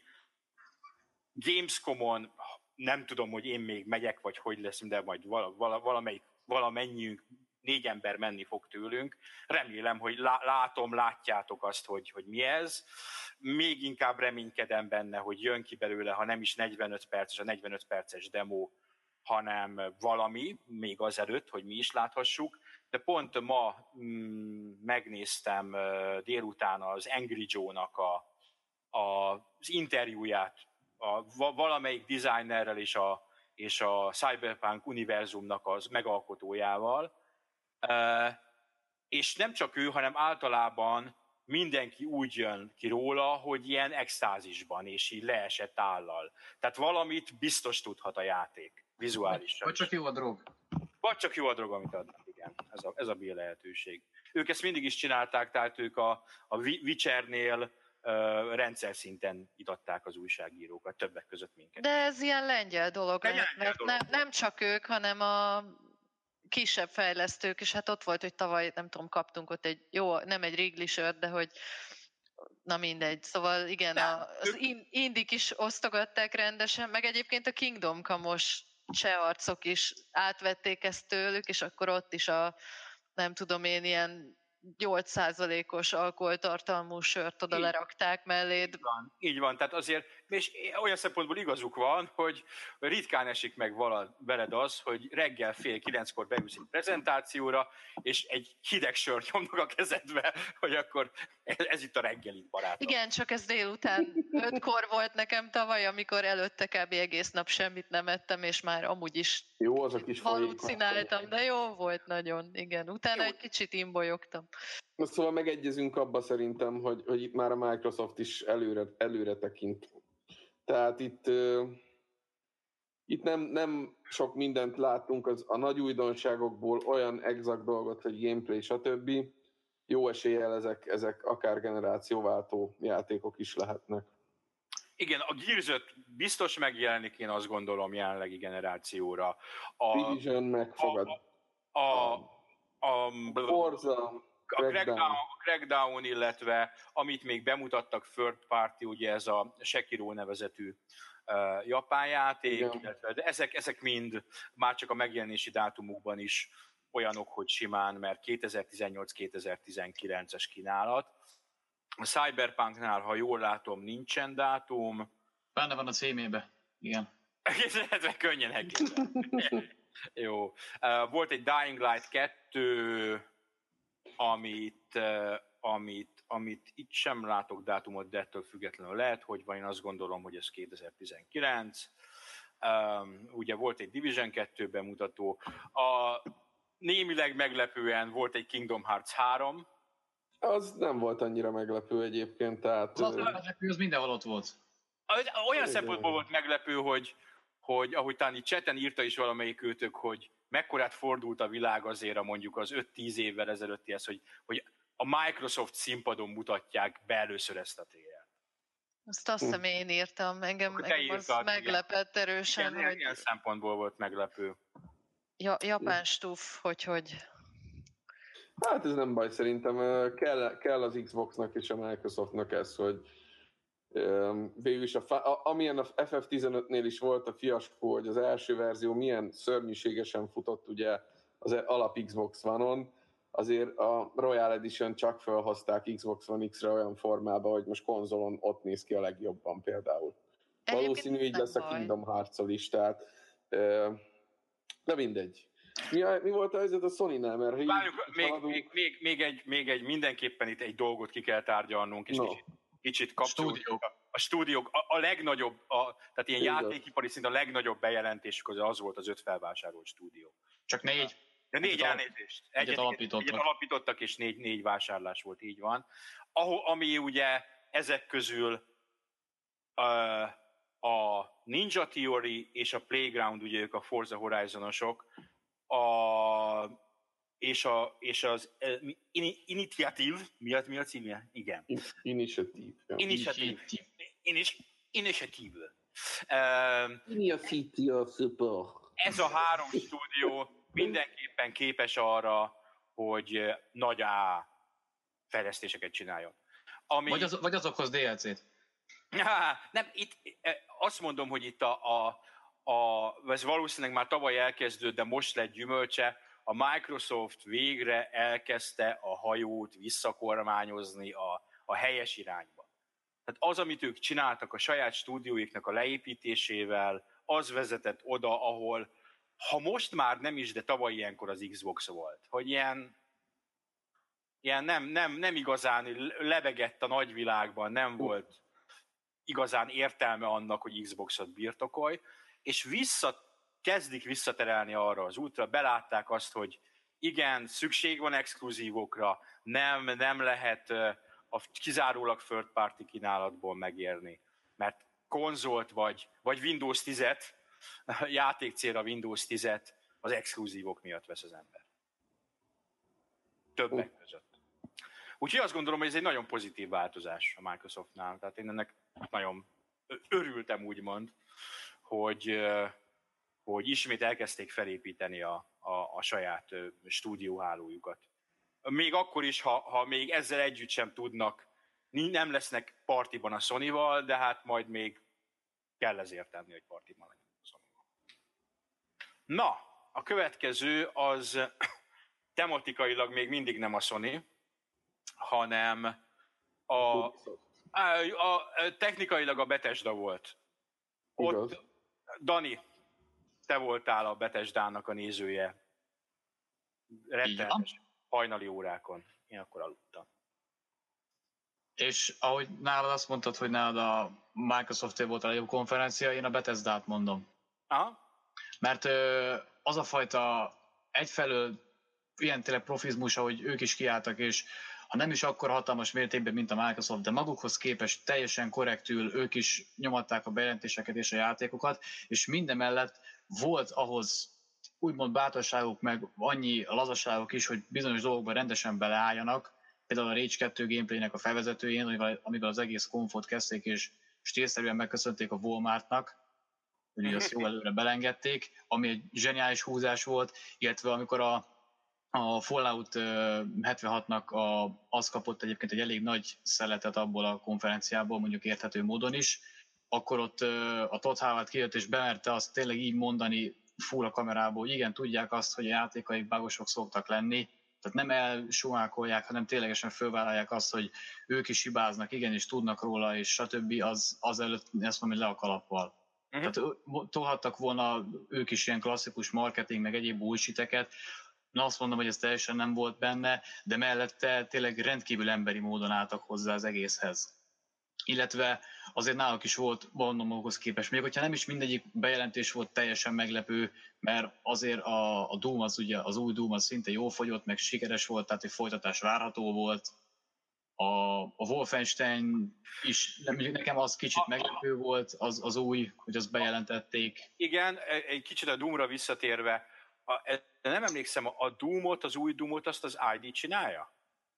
Gamescomon nem tudom, hogy én még megyek, vagy hogy lesz, de majd vala, vala, valamelyik, valamennyiünk négy ember menni fog tőlünk. Remélem, hogy látom, látjátok azt, hogy, hogy mi ez. Még inkább reménykedem benne, hogy jön ki belőle, ha nem is negyvenöt perces, a negyvenöt perces demo, hanem valami, még azelőtt, hogy mi is láthassuk. De pont ma mm, megnéztem uh, délután az Angry Joe-nak a, a, az interjúját a, valamelyik designerrel és a, és a Cyberpunk univerzumnak az megalkotójával. Uh, és nem csak ő, hanem általában mindenki úgy jön ki róla, hogy ilyen extázisban, és így leesett állal. Tehát valamit biztos tudhat a játék, vizuálisan. Vagy csak jó a drog. Vagy csak jó a drog, amit adnak, igen. Ez a, ez a bél lehetőség. Ők ezt mindig is csinálták, tehát ők a, a Witchernél uh, rendszer szinten itatták az újságírókat, többek között minket. De ez ilyen lengyel dolog, lengyel mert dolog. Nem, nem csak ők, hanem a kisebb fejlesztők, és hát ott volt, hogy tavaly, nem tudom, kaptunk ott egy, jó, nem egy Wrigley sört, de hogy na mindegy. Szóval igen, Nem, a, az ők... indik is osztogatták rendesen, meg egyébként a Kingdom Come-os cseh arcok is átvették ezt tőlük, és akkor ott is a, nem tudom én, ilyen nyolc százalékos alkoholtartalmú sört oda így lerakták melléd. Így van, így van, tehát azért, és olyan szempontból igazuk van, hogy ritkán esik meg vala, veled az, hogy reggel fél kilenckor beülsz egy prezentációra, és egy hideg sört nyomnak a kezedbe, hogy akkor ez, ez itt a reggelit, barátom. Igen, csak ez délután ötkor volt nekem tavaly, amikor előtte kb. Egész nap semmit nem ettem, és már amúgy is jó, az a kis halucináltam, de jó volt nagyon, igen. Utána jó. Egy kicsit imbolyogtam. Szóval megegyezünk abba szerintem, hogy, hogy itt már a Microsoft is előre, előre tekint. Tehát itt, uh, itt nem, nem sok mindent látunk az, a nagy újdonságokból, olyan exakt dolgot, hogy gameplay, stb. Jó eséllyel ezek, ezek akár generációváltó játékok is lehetnek. Igen, a Gears-öt biztos megjelenik, én azt gondolom, jelenlegi generációra. A Division megfogad. A, a, a, a Forza, a Crackdown. a Crackdown, illetve amit még bemutattak third party, ugye ez a Sekiro nevezetű uh, japán játék, igen. Illetve, de ezek, ezek mind már csak a megjelenési dátumukban is olyanok, hogy simán, mert kétezer-tizennyolc kétezer-tizenkilences kínálat. A Cyberpunknál, ha jól látom, nincsen dátum. Benne van a címébe, igen. Ez könnyen elképzelhető. Jó. Uh, volt egy Dying Light kettő, amit, uh, amit, amit itt sem látok dátumot, de ettől függetlenül lehet, hogy van, én azt gondolom, hogy ez kétezer-tizenkilenc. Um, ugye volt egy Division kettő bemutató. A némileg meglepően volt egy Kingdom Hearts három. Az nem volt annyira meglepő egyébként, tehát... Az meglepő, az mindenhol ott volt. Olyan szempontból volt meglepő, hogy, hogy ahogy talán itt chaten írta is valamelyik őtök, hogy mekkorát fordult a világ azért a mondjuk az öt-tíz évvel ezelőttihez, hogy, hogy a Microsoft színpadon mutatják be először ezt a trélert. Azt azt hiszem én írtam, engem, engem az írtad, meglepett igen. erősen. Igen, hogy ilyen szempontból volt meglepő. Ja, japán stuf, hogy hogy... Hát ez nem baj, szerintem kell, kell az Xboxnak és a Microsoftnak ez, hogy végül is, a, a, amilyen a F F tizenötnél is volt a fiaskó, hogy az első verzió milyen szörnyűségesen futott ugye az alap Xbox One-on, azért a Royal Edition csak felhozták Xbox One X-re olyan formában, hogy most konzolon ott néz ki a legjobban például. Egyébként valószínű így lesz baj. A Kingdom Hearts-ol is, tehát de mindegy. Mi, a, mi volt a helyzet a Sony-nál? Mert így Várjuk, még, még, még, még, egy, még egy, mindenképpen itt egy dolgot ki kell tárgyalnunk, és no. kicsit, kicsit kapcsolódik. A, a stúdiók, a, a legnagyobb, a, tehát ilyen Igaz. Játékipari szint a legnagyobb bejelentésük az, az volt az öt felvásárolt stúdió. Csak négy? De négy egyet elnézést. Egyet, egyet, alapítottak. egyet alapítottak, és négy, négy vásárlás volt, így van. Ahol, ami ugye ezek közül uh, a Ninja Theory és a Playground, ugye ők a Forza Horizonosok, a, és, a, és az uh, Initiative, mi a, mi a címje? Igen. Initiative. Ja. Initiative. Inis, Initiative. Uh, Initiative Super. Ez a három stúdió mindenképpen képes arra, hogy nagy A fejlesztéseket csináljon. Ami... Vagy, az, vagy azokhoz dé el cét. Nem, itt azt mondom, hogy itt a, a, a, ez valószínűleg már tavaly elkezdődött, de most lett gyümölcse, a Microsoft végre elkezdte a hajót visszakormányozni a, a helyes irányba. Tehát az, amit ők csináltak a saját stúdióiknak a leépítésével, az vezetett oda, ahol, ha most már nem is, de tavaly ilyenkor az Xbox volt, hogy ilyen, ilyen nem, nem, nem igazán lebegett a nagyvilágban, nem volt igazán értelme annak, hogy Xboxot birtokolj, és vissza, kezdik visszaterelni arra az útra, belátták azt, hogy igen, szükség van exkluzívokra, nem, nem lehet a kizárólag third party kínálatból megérni, mert konzolt vagy, vagy Windows tízet, játék célra Windows tízet az exkluzívok miatt vesz az ember. Többek között. Úgyhogy azt gondolom, hogy ez egy nagyon pozitív változás a Microsoftnál. Tehát én ennek nagyon örültem, úgymond, hogy, hogy ismét elkezdték felépíteni a, a, a saját stúdióhálójukat. Még akkor is, ha, ha még ezzel együtt sem tudnak, nem lesznek partiban a Sony-val, de hát majd még kell ezért tenni, hogy partiban legyen a Sony-val. Na, a következő az tematikailag még mindig nem a Sony, hanem a, a, a, a technikailag a Bethesda volt. Ott, igaz. Dani, te voltál a Bethesdának a nézője. Rettenetes hajnali órákon. Én akkor aludtam. És ahogy nálad azt mondtad, hogy nálad a Microsoft-é volt a legjobb konferencia, én a Bethesdát mondom. Aha. Mert az a fajta egyfelől ilyen tényleg profizmus, ahogy ők is kiálltak, és ha nem is akkor hatalmas mértékben, mint a Microsoft, de magukhoz képest teljesen korrektül ők is nyomatták a bejelentéseket és a játékokat, és mindemellett volt ahhoz úgymond bátorságok, meg annyi lazaságok is, hogy bizonyos dolgokban rendesen beleálljanak, például a Rage kettő gameplaynek a felvezetőjén, amivel az egész konfot kezdték, és stílszerűen megköszönték a Walmartnak, hogy azt jó előre belengedték, ami egy zseniális húzás volt, illetve amikor a A Fallout hetvenhatnak a, az kapott egyébként egy elég nagy szeletet abból a konferenciából, mondjuk érthető módon is, akkor ott a Todd Howard kijött és bemerte azt tényleg így mondani full a kamerából, hogy igen, tudják azt, hogy a játékaik bugosok szoktak lenni, tehát nem elsumákolják, hanem ténylegesen fölvállalják azt, hogy ők is hibáznak, igenis tudnak róla, és stb. Az, az előtt ezt mondom, hogy le a kalappal. Uh-huh. Tehát tolhattak volna ők is ilyen klasszikus marketing, meg egyéb bullshiteket. Na azt mondom, hogy ez teljesen nem volt benne, de mellette tényleg rendkívül emberi módon álltak hozzá az egészhez. Illetve azért náluk is volt, mondom magukhoz képest, még hogyha nem is mindegyik bejelentés volt teljesen meglepő, mert azért a, a Doom az ugye, az új Doom az szinte jól fogyott, meg sikeres volt, tehát egy folytatás várható volt. A, a Wolfenstein is, nekem az kicsit meglepő volt, az, az új, hogy azt bejelentették. Igen, egy kicsit a Doomra visszatérve, a, nem emlékszem, a Doomot, az új Doomot azt az i dé csinálja?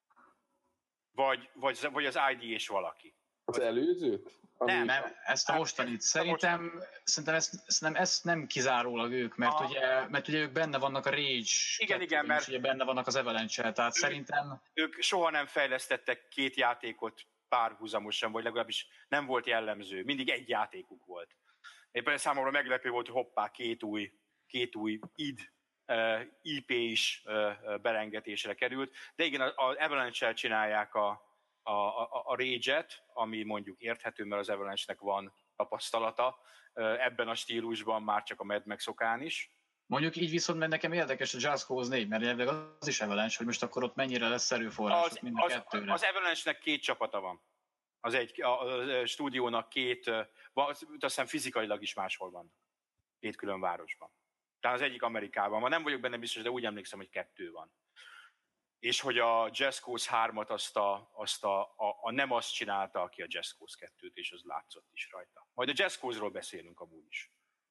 Vagy, vagy, vagy az i dé és valaki? Az előzőt? Nem, nem, ezt a mostanit. Szerintem, most... szerintem ezt, szerintem ezt nem kizárólag ők, mert ugye, mert ugye ők benne vannak a Rage, igen, igen, mert ugye benne vannak az Avalanche-el, tehát ők, szerintem... Ők soha nem fejlesztettek két játékot párhuzamosan, vagy legalábbis nem volt jellemző. Mindig egy játékuk volt. Éppen számomra meglepő volt, hogy hoppá, két új, két új id i pé is belengetésre került, de igen, az Avalanche-el csinálják a, a, a, a Rage-et, ami mondjuk érthető, mert az Avalanche-nek van tapasztalata ebben a stílusban, már csak a Mad Max-okán is. Mondjuk így viszont, mert nekem érdekes a Just Cause négy, mert az is Avalanche, hogy most akkor ott mennyire lesz erőforrás az, mind a az, kettőre. Az Avalanche-nek két csapata van. Az egy, a, a stúdiónak két, azt hiszem fizikailag is máshol van. Két külön városban. Tehát az egyik Amerikában van, nem vagyok benne biztos, de úgy emlékszem, hogy kettő van. És hogy a Just Cause hármat azt, a, azt a, a, a nem azt csinálta, aki a Just Cause kettőt, és az látszott is rajta. Majd a Just Cause-ról beszélünk amúgy is.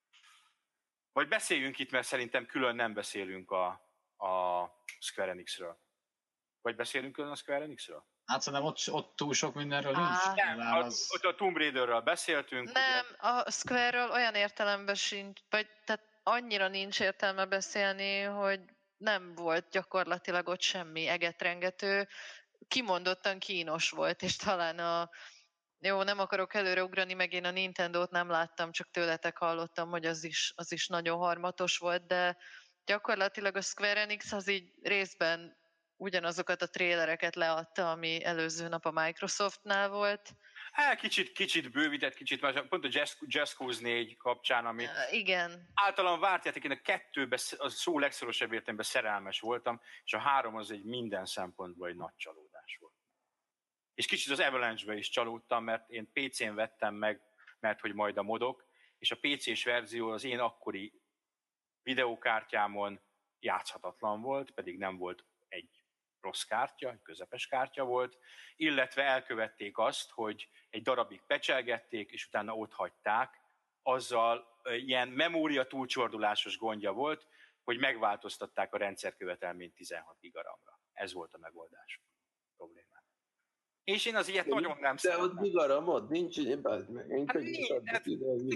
Vagy beszéljünk itt, mert szerintem külön nem beszélünk a, a Square Enix-ről. Vagy beszélünk külön a Square Enix-ről? Hát szerintem ott, ott túl sok mindenről nincs. Ah. Nem, az... ott a Tomb Raiderről beszéltünk. Nem, ugye? A Square-ről olyan értelemben sincs, vagy tehát annyira nincs értelme beszélni, hogy nem volt gyakorlatilag ott semmi egetrengető, kimondottan kínos volt, és talán a, jó, nem akarok előreugrani, meg én a Nintendót nem láttam, csak tőletek hallottam, hogy az is, az is nagyon harmatos volt, de gyakorlatilag a Square Enix az így részben ugyanazokat a trélereket leadta, ami előző nap a Microsoftnál volt. Hát kicsit, kicsit bővített, kicsit, mert pont a Just, Just Cause négy kapcsán, ami Uh, igen. általán várt játék, én a kettőben, a szó legszorosabb értelemben szerelmes voltam, és a három az egy minden szempontból egy nagy csalódás volt. És kicsit az Avalanche-be is csalódtam, mert én pé cén vettem meg, mert hogy majd a modok, és a pé cés verzió az én akkori videókártyámon játszhatatlan volt, pedig nem volt egy rossz kártya, egy közepes kártya volt, illetve elkövették azt, hogy egy darabig pecselgették, és utána ott hagyták, azzal ilyen memória túlcsordulásos gondja volt, hogy megváltoztatták a rendszerkövetelményt tizenhat gigaramra. Ez volt a megoldás problémát. És én az ilyet de nagyon nem szeretem. De ott gigaramod nincs, én bázd meg. Én hát nincs, hát,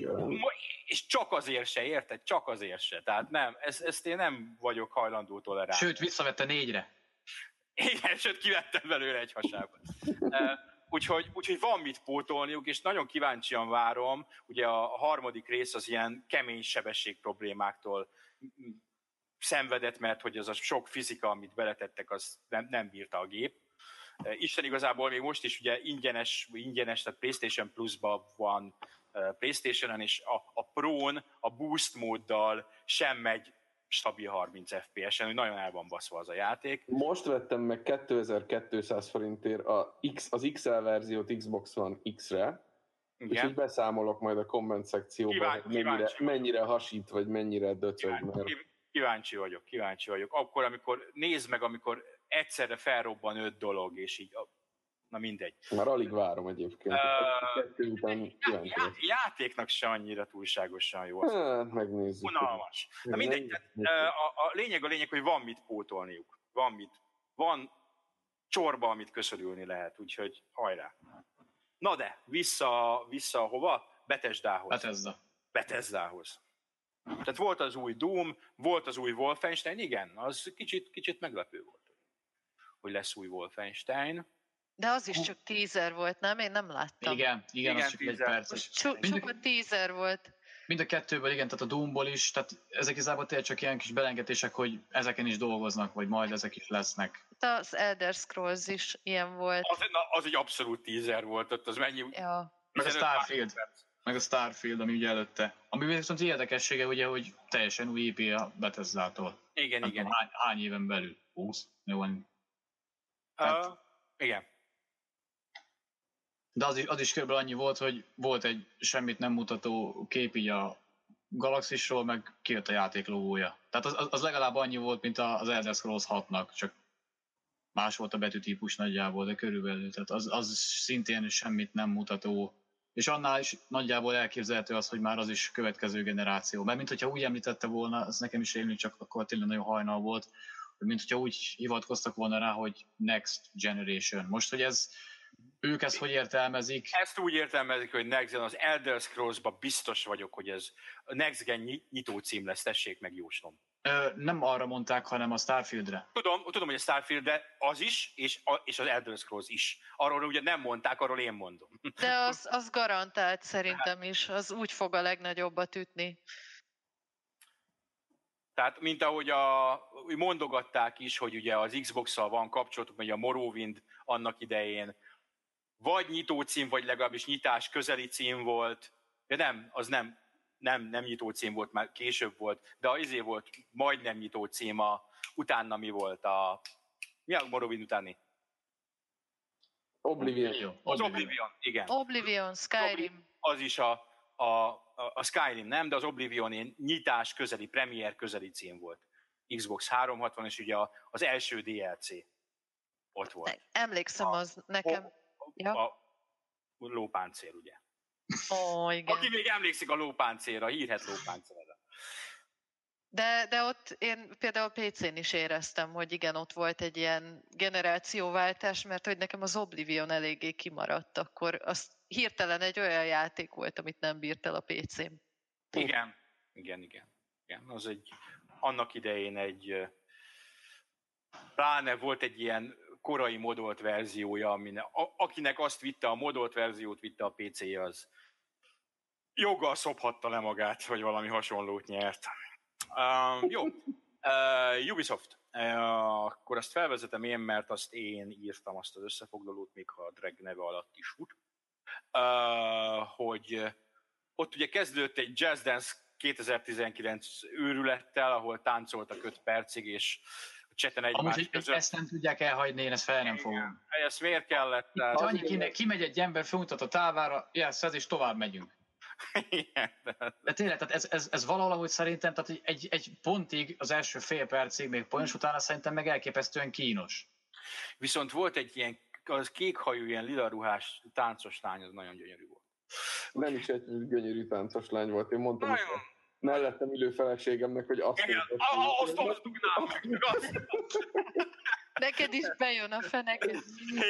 és csak azért se, érted? Csak azért se. Tehát nem, ezt, ezt én nem vagyok hajlandó tolerálni. Sőt, visszavette négyre. Igen, sőt, kivettem belőle egy hasábat. uh, úgyhogy, úgyhogy van mit pótolniuk, és nagyon kíváncsian várom. Ugye a harmadik rész az ilyen kemény sebesség problémáktól szenvedett, mert hogy az a sok fizika, amit beletettek, az nem, nem bírta a gép. Uh, Isten igazából még most is ugye ingyenes, ingyenes tehát PlayStation Plus-ban van uh, PlayStation-en, és a, a Pro-n a Boost móddal sem megy stabil harminc ef pé es-en, hogy nagyon el van baszva az a játék. Most vettem meg kétezer-kétszáz forintért a X, az iksz el verziót Xbox One X-re, igen. És így beszámolok majd a komment szekcióban, Kíván, hogy mennyire, mennyire hasít, vagy mennyire döcög. Kíváncsi, mert... kíváncsi vagyok, kíváncsi vagyok. Akkor, amikor, nézd meg, amikor egyszerre felrobban öt dolog, és így, na mindegy. Már alig várom egyébként. Uh, után já, játéknak se annyira túlságosan jó. Hát, megnézzük. Unalmas. Na mindegy, tehát, a, a lényeg a lényeg, hogy van mit pótolniuk. Van mit. Van csorba, amit köszörülni lehet, úgyhogy hajrá. Na de, vissza, vissza hova? Bethesdához. Bethesda. Bethesdához. Tehát volt az új Doom, volt az új Wolfenstein, igen, az kicsit, kicsit meglepő volt, hogy lesz új Wolfenstein. De az is csak teaser volt, nem? Én nem láttam. Igen, igen, igen az csak teaser. Egy perces. Csak, csak a teaser volt. Mind a kettőből, igen, tehát a Doomból is, tehát ezek igazából tényleg csak ilyen kis belengetések, hogy ezeken is dolgoznak, vagy majd ezek is lesznek. Az Elder Scrolls is ilyen volt. Az, na, az egy abszolút teaser volt, ott az mennyi... Ja. Meg a Starfield, meg a Starfield, ami ugye előtte. Ami viszont érdekessége, ugye, hogy teljesen új í pé a Bethesdától. Igen, nem igen. Tudom, hány, hány éven belül? húsz? Jó van. Tehát... Uh, igen. De az is, az is kb. Annyi volt, hogy volt egy semmit nem mutató kép így a Galaxisról, meg kijött a játék logója. Tehát az, az legalább annyi volt, mint az Elder Scrolls hatnak, csak más volt a betűtípus nagyjából, de körülbelül. Tehát az, az szintén semmit nem mutató. És annál is nagyjából elképzelhető az, hogy már az is következő generáció. Mert mint hogyha úgy említette volna, az nekem is élni, csak akkor tényleg nagyon hajnal volt, hogy mint hogyha úgy hivatkoztak volna rá, hogy Next Generation. Most, hogy ez ők ezt hogy értelmezik? Ezt úgy értelmezik, hogy Next Gen, az Elder Scrolls-ban biztos vagyok, hogy ez a Next Gen nyitó cím lesz, tessék meg jóslom. Ö, nem arra mondták, hanem a Starfieldre. Tudom, tudom, hogy a Starfield, de az is, és, a, és az Elder Scrolls is. Arról ugye nem mondták, arról én mondom. De az, az garantált szerintem is, az úgy fog a legnagyobbat ütni. Tehát, mint ahogy a, mondogatták is, hogy ugye az Xbox-szal van kapcsolatuk, vagy a Morrowind annak idején, vagy nyitó cím, vagy legalábbis nyitás közeli cím volt, de nem, az nem, nem, nem nyitó cím volt, már később volt, de az izé volt majdnem nyitó cím, a, utána mi volt a, mi a Morrowind utáni? Oblivion. Az Oblivion, igen. Oblivion, Skyrim. Az is a, a, a Skyrim, nem, de az Oblivion nyitás közeli, premier közeli cím volt. Xbox háromszázhatvan, és ugye az első dé el cé ott volt. Emlékszem, az nekem... A, ja. a lópáncél, ugye? Ó, igen. Aki még emlékszik a lópáncélra, a hírhet lópáncélra. De, de ott én például pé cén is éreztem, hogy igen, ott volt egy ilyen generációváltás, mert hogy nekem az Oblivion eléggé kimaradt, akkor az hirtelen egy olyan játék volt, amit nem bírt el a pé cém. Igen, igen, igen. igen. Az egy, annak idején egy, pláne volt egy ilyen korai modolt verziója, aminek, a, akinek azt vitte, a modolt verziót vitte a pé cé-je, az joggal szophatta le magát, vagy valami hasonlót nyert. Um, jó, Uh, Ubisoft. Uh, akkor azt felvezetem én, mert azt én írtam azt az összefoglalót, még ha a Drag neve alatt is fut. Uh, hogy ott ugye kezdődött egy Jazz Dance kétezer-tizenkilenc őrülettel, ahol táncoltak öt percig, és a cseten egymás Amúgy, között. Ezt nem tudják elhagyni, én ezt fel nem fogom. Ezt miért kellett? Ha annyi kinek kimegy egy ember, felmutat a távára, jelsz ez, és tovább megyünk. Igen, de... De tényleg, tehát ez, ez, ez valahogy szerintem, tehát egy, egy pontig, az első fél percig még poénos, utána szerintem meg elképesztően kínos. Viszont volt egy ilyen az kékhajú, ilyen lila ruhás táncos lány, az nagyon gyönyörű volt. Nem is egy gyönyörű táncos lány volt. Én mondtam, Nagyon. hogy mellettem ülő feleségemnek, hogy azt Igen, azt azt tudnám meg. Neked is bejön a feneked.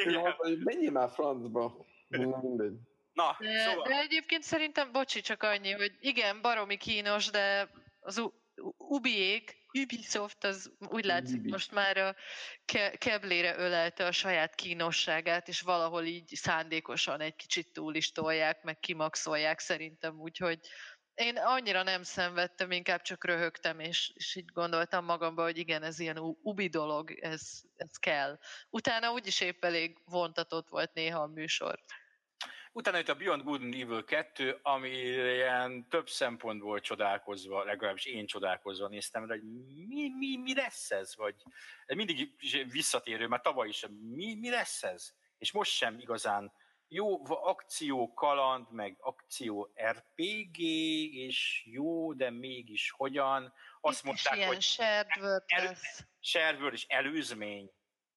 Menjél már francba. Na, mindegy. Na, De, szóval. de egyébként szerintem, bocsi, csak annyi, hogy igen, baromi kínos, de az U- Ubiék, Ubisoft az úgy látszik Ubi. most már a ke- keblére ölelte a saját kínosságát, és valahol így szándékosan egy kicsit túl is tolják, meg kimaxolják szerintem, úgyhogy én annyira nem szenvedtem, inkább csak röhögtem, és, és így gondoltam magamba, hogy igen, ez ilyen ubi dolog, ez, ez kell. Utána úgyis épp elég vontatott volt néha a műsor. Utána jött a Beyond Good and Evil kettő, ami ilyen több szempontból csodálkozva, legalábbis én csodálkozva néztem, hogy mi, mi, mi lesz ez? Vagy mindig visszatérő, már tavaly is, mi, mi lesz ez? És most sem igazán jó akció, kaland, meg akció er pé gé, és jó, de mégis hogyan. Azt Itt mondták, is ilyen hogy shared world elő, lesz. shared world és előzmény.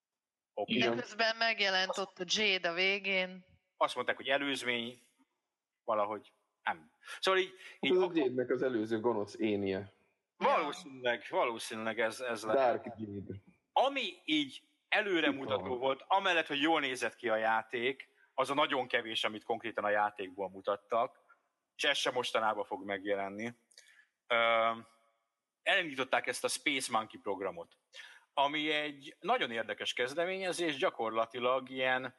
Okay. De közben megjelent ott a Jade a végén. Azt mondták, hogy előzmény, valahogy nem. Szóval így... így az a Jade-nek az előző gonosz énje. Valószínűleg, valószínűleg ez, ez lehet. Dark Jade. Ami így előremutató volt, amellett, hogy jól nézett ki a játék, az a nagyon kevés, amit konkrétan a játékból mutattak, és ez sem mostanában fog megjelenni. Uh, elindították ezt a Space Monkey programot, ami egy nagyon érdekes kezdeményezés, gyakorlatilag ilyen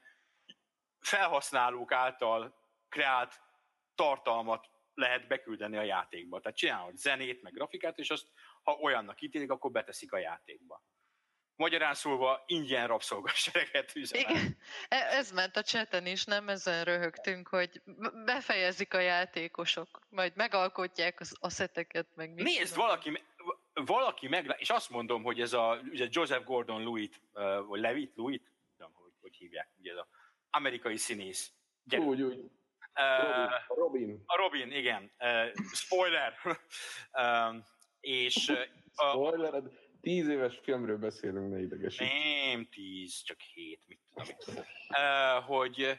felhasználók által kreált tartalmat lehet beküldeni a játékba. Tehát csinálod zenét, meg grafikát, és azt, ha olyannak ítélik, akkor beteszik a játékba. Magyarán szólva ingyen rabszolgassereget üzenek. Igen, ez ment a chaten is, nem ezen röhögtünk, hogy befejezik a játékosok, majd megalkotják az asszeteket, meg mit Nézd, valaki, valaki meg, és azt mondom, hogy ez a ugye Joseph Gordon-Levitt, vagy Levitt, Levitt, nem tudom, hogy, hogy hívják, ugye ez az amerikai színész. Gyerünk. Úgy, úgy. Uh, Robin. A Robin, igen. Uh, spoiler. uh, és... Uh, Spoiler, tíz éves filmről beszélünk, ne idegesít. Nem tíz, csak hét, mit tudom. Uh, hogy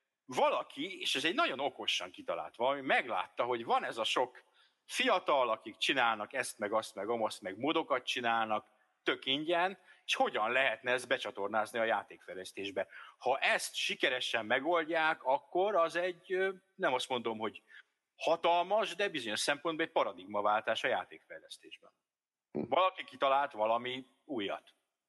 valaki, és ez egy nagyon okosan kitalált valami, meglátta, hogy van ez a sok fiatal, akik csinálnak ezt, meg azt, meg amazt, meg modokat csinálnak, tök ingyen, és hogyan lehetne ezt becsatornázni a játékfejlesztésbe. Ha ezt sikeresen megoldják, akkor az egy, nem azt mondom, hogy hatalmas, de bizonyos szempontból egy paradigmaváltás a játékfejlesztésben. Valaki kitalált valami újat.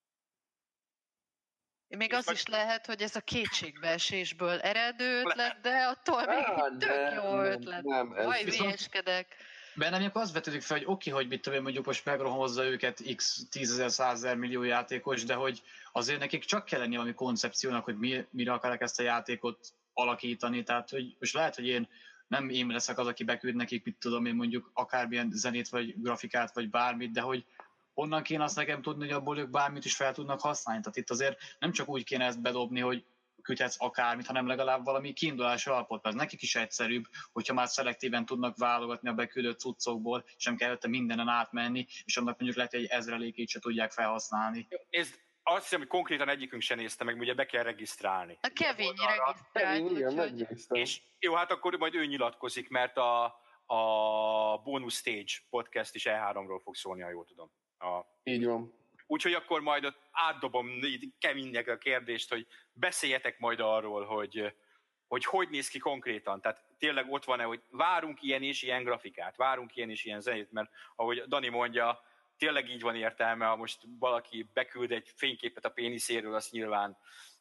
Még az is lehet, hogy ez a kétségbeesésből eredő ötlet, de attól még Á, tök nem, jó nem, ötlet. nem, ez Vaj, viszont- hülyeskedek. Bennem csak az vetődik fel, hogy oké, hogy mit tudom én, mondjuk most megrohamozza őket x tízezer, százezer millió játékos, de hogy azért nekik csak kell lenni valami koncepciónak, hogy mi, mire akarják ezt a játékot alakítani. Tehát, hogy most lehet, hogy én nem én leszek az, aki beküld nekik, mit tudom én, mondjuk akármilyen zenét, vagy grafikát, vagy bármit, de hogy honnan kéne azt nekem tudni, hogy abból ők bármit is fel tudnak használni. Tehát itt azért nem csak úgy kéne ezt bedobni, hogy küldhetsz akármit, hanem legalább valami kiindulási alapot, mert nekik is egyszerűbb, hogyha már szelektíven tudnak válogatni a beküldött cuccokból, és nem kell előtte mindenen átmenni, és annak mondjuk lehet, hogy egy ezrelékét se tudják felhasználni. Ez azt hiszem, hogy konkrétan egyikünk sem nézte meg, ugye be kell regisztrálni. A Kevin Oldalra. regisztrált, Én igen, úgyhogy... megnéztem. És jó, hát akkor majd ő nyilatkozik, mert a, a Bonus Stage podcast is E háromról fog szólni, ha jól tudom. A, Így van. úgyhogy akkor majd ott átdobom Kevinnek a kérdést, hogy beszéljetek majd arról, hogy, hogy hogy néz ki konkrétan. Tehát tényleg ott van-e, hogy várunk ilyen és ilyen grafikát, várunk ilyen és ilyen zenét, mert ahogy Dani mondja, tényleg így van értelme, ha most valaki beküld egy fényképet a péniszéről, azt nyilván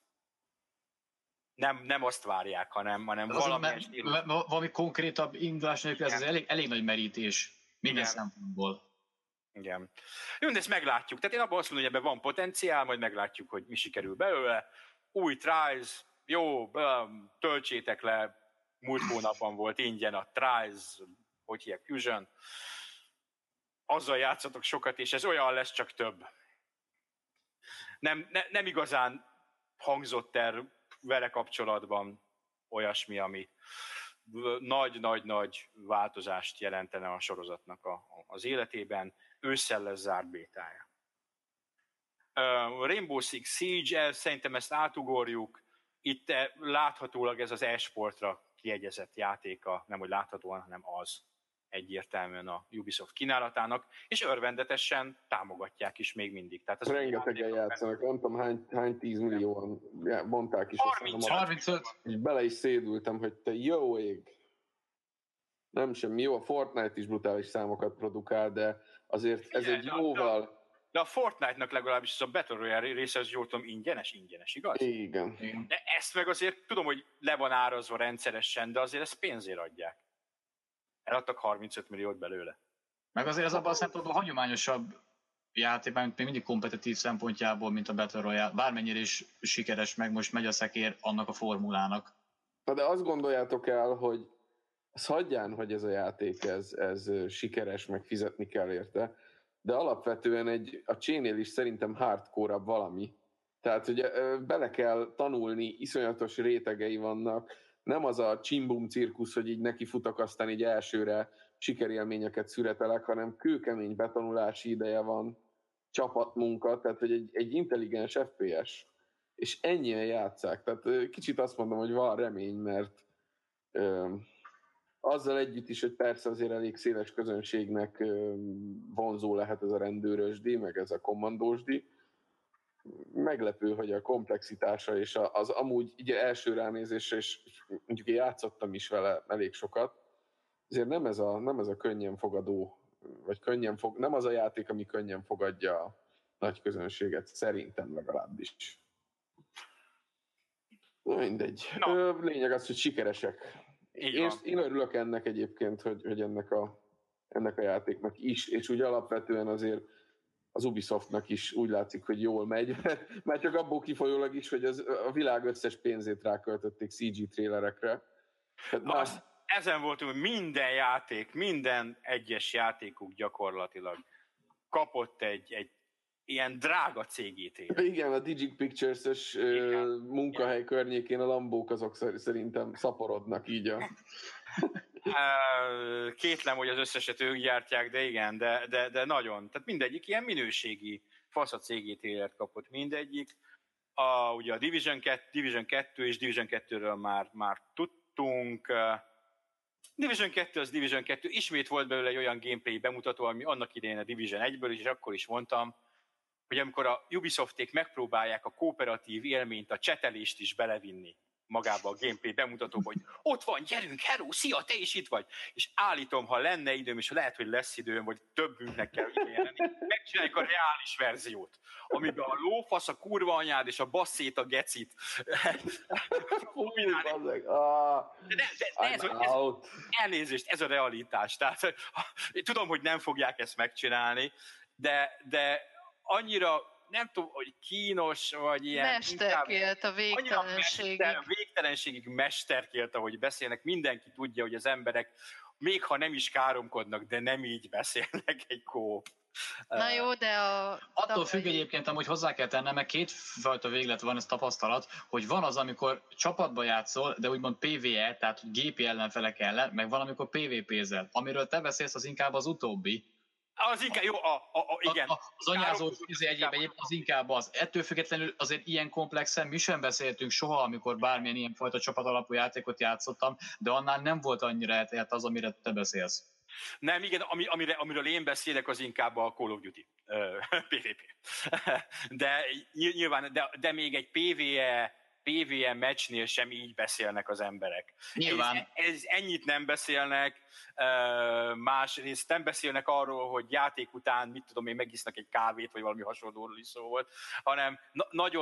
nem, nem azt várják, hanem, hanem Az valami me- me- valami konkrétabb indulás nélkül, ez az elég, elég nagy merítés minden Igen. szempontból. Igen. Jó, de ezt meglátjuk. Tehát én abban azt mondom, hogy ebben van potenciál, majd meglátjuk, hogy mi sikerül belőle. Új Trials, jó, töltsétek le. Múlt hónapban volt ingyen a Trials, hogy hívják, Fusion. Azzal játszatok sokat, és ez olyan lesz, csak több. Nem, ne, nem igazán hangzott el vele kapcsolatban olyasmi, ami nagy-nagy-nagy változást jelentene a sorozatnak a, az életében. Ősszel lesz zárt bétája. Uh, Rainbow Six Siege, szerintem ezt átugorjuk. Itt láthatólag ez az e-sportra kiegyezett játéka, nem hogy láthatóan, hanem az egyértelműen a Ubisoft kínálatának, és örvendetesen támogatják is még mindig. Tehát az rengetegen játszanak, nem tudom hány, hány tízmillióan mondták is. harmincöt És bele is szédültem, hogy te jó ég. Nem semmi jó, a Fortnite is brutális számokat produkál, de azért ez igen, egy jóval... De a Fortnite-nak legalábbis ez a Battle Royale része, az jól tudom, ingyenes, ingyenes, igaz? Igen. De ezt meg azért tudom, hogy le van árazva rendszeresen, de azért ezt pénzért adják. Eladtak harmincöt milliót belőle. Meg azért ez abban a szempontból hagyományosabb játékban, mint még mindig kompetitív szempontjából, mint a Battle Royale. Bármennyire is sikeres, meg most megy a szekér annak a formulának. Na de azt gondoljátok el, hogy az hagyján, hogy ez a játék ez, ez sikeres, meg fizetni kell érte, de alapvetően egy, a csénél is szerintem hardcore-abb valami. Tehát, hogy bele kell tanulni, iszonyatos rétegei vannak, nem az a csimbum cirkusz, hogy így neki futok, aztán így elsőre sikerélményeket szüretelek, hanem kőkemény betanulási ideje van, csapatmunka, tehát hogy egy, egy intelligens ef pé es, és ennyien játsszák. Tehát kicsit azt mondom, hogy van remény, mert ö, azzal együtt is, hogy persze azért elég széles közönségnek ö, vonzó lehet ez a rendőrösdi, meg ez a kommandósdi, meglepő, hogy a komplexitása és az amúgy ugye első ránézésre, és mondjuk én játszottam is vele elég sokat, azért nem ez a, nem ez a könnyen fogadó, vagy könnyen fog, nem az a játék, ami könnyen fogadja a nagy közönséget, szerintem legalábbis. Na mindegy. No. Lényeg az, hogy sikeresek. Én, én örülök ennek egyébként, hogy, hogy ennek, a, ennek a játéknak is, és úgy alapvetően azért az Ubisoftnak is úgy látszik, hogy jól megy, mert csak abból kifolyólag is, hogy az, a világ összes pénzét ráköltötték cé gé trélerekre. Na, már... Ezen voltunk, hogy minden játék, minden egyes játékuk gyakorlatilag kapott egy, egy ilyen drága cé gé tréler. Igen, a Digic Pictures-ös munkahely igen. környékén a lambók azok szerintem szaporodnak így a... Kétlem, hogy az összeset ők gyártják, de igen, de, de, de nagyon. Tehát mindegyik ilyen minőségi fasz a cé gé trélert kapott mindegyik. A, ugye a Division kettő, Division kettő és Division kettőről már, már tudtunk. Division kettő az Division kettő. Ismét volt belőle egy olyan gameplay bemutató, ami annak idején a Division egyből is, és akkor is mondtam, hogy amikor a Ubisofték megpróbálják a kooperatív élményt, a csetelést is belevinni magába a gameplay bemutatóba, hogy ott van, gyerünk, hello, szia, te is itt vagy. És állítom, ha lenne időm, és lehet, hogy lesz időm, vagy többünknek kell jelenni, megcsináljuk a reális verziót, amiben a lófasz, a kurva anyád és a basszét, a gecit. Fú, de, de, de ez, ez, elnézést, ez a realitás. Tehát, tudom, hogy nem fogják ezt megcsinálni, de, de annyira nem tudom, hogy kínos, vagy ilyen... Mesterkélt a végtelenségig. Mester, végtelenségig mesterkélt, ahogy beszélnek. Mindenki tudja, hogy az emberek, még ha nem is káromkodnak, de nem így beszélnek egy kóp. Na jó, de a... Attól függ egyébként, amúgy hozzá kell tennem, mert kétfajta véglet van, ez tapasztalat, hogy van az, amikor csapatba játszol, de úgymond pé vé e, tehát hogy gépi ellenfelek ellen, meg van, amikor pé vé pé-zel. Amiről te beszélsz, az inkább az utóbbi. Az inkább, jó, a, a, a, igen. A, a, az anyázó egyéb egyéb az inkább az. Ettől függetlenül azért ilyen komplexen mi sem beszéltünk soha, amikor bármilyen ilyen fajta csapat alapú játékot játszottam, de annál nem volt annyira elterjedt az, amire te beszélsz. Nem, igen, ami, amire, amiről én beszélek, az inkább a Call of Duty, pé vé pé. De nyilván, de, de még egy pé vé e, pé vé e meccsnél sem így beszélnek az emberek. Nyilván. Ez, ez ennyit nem beszélnek, másrészt nem beszélnek arról, hogy játék után, mit tudom én, megisznak egy kávét, vagy valami hasonlóról is szó volt, hanem na- nagyon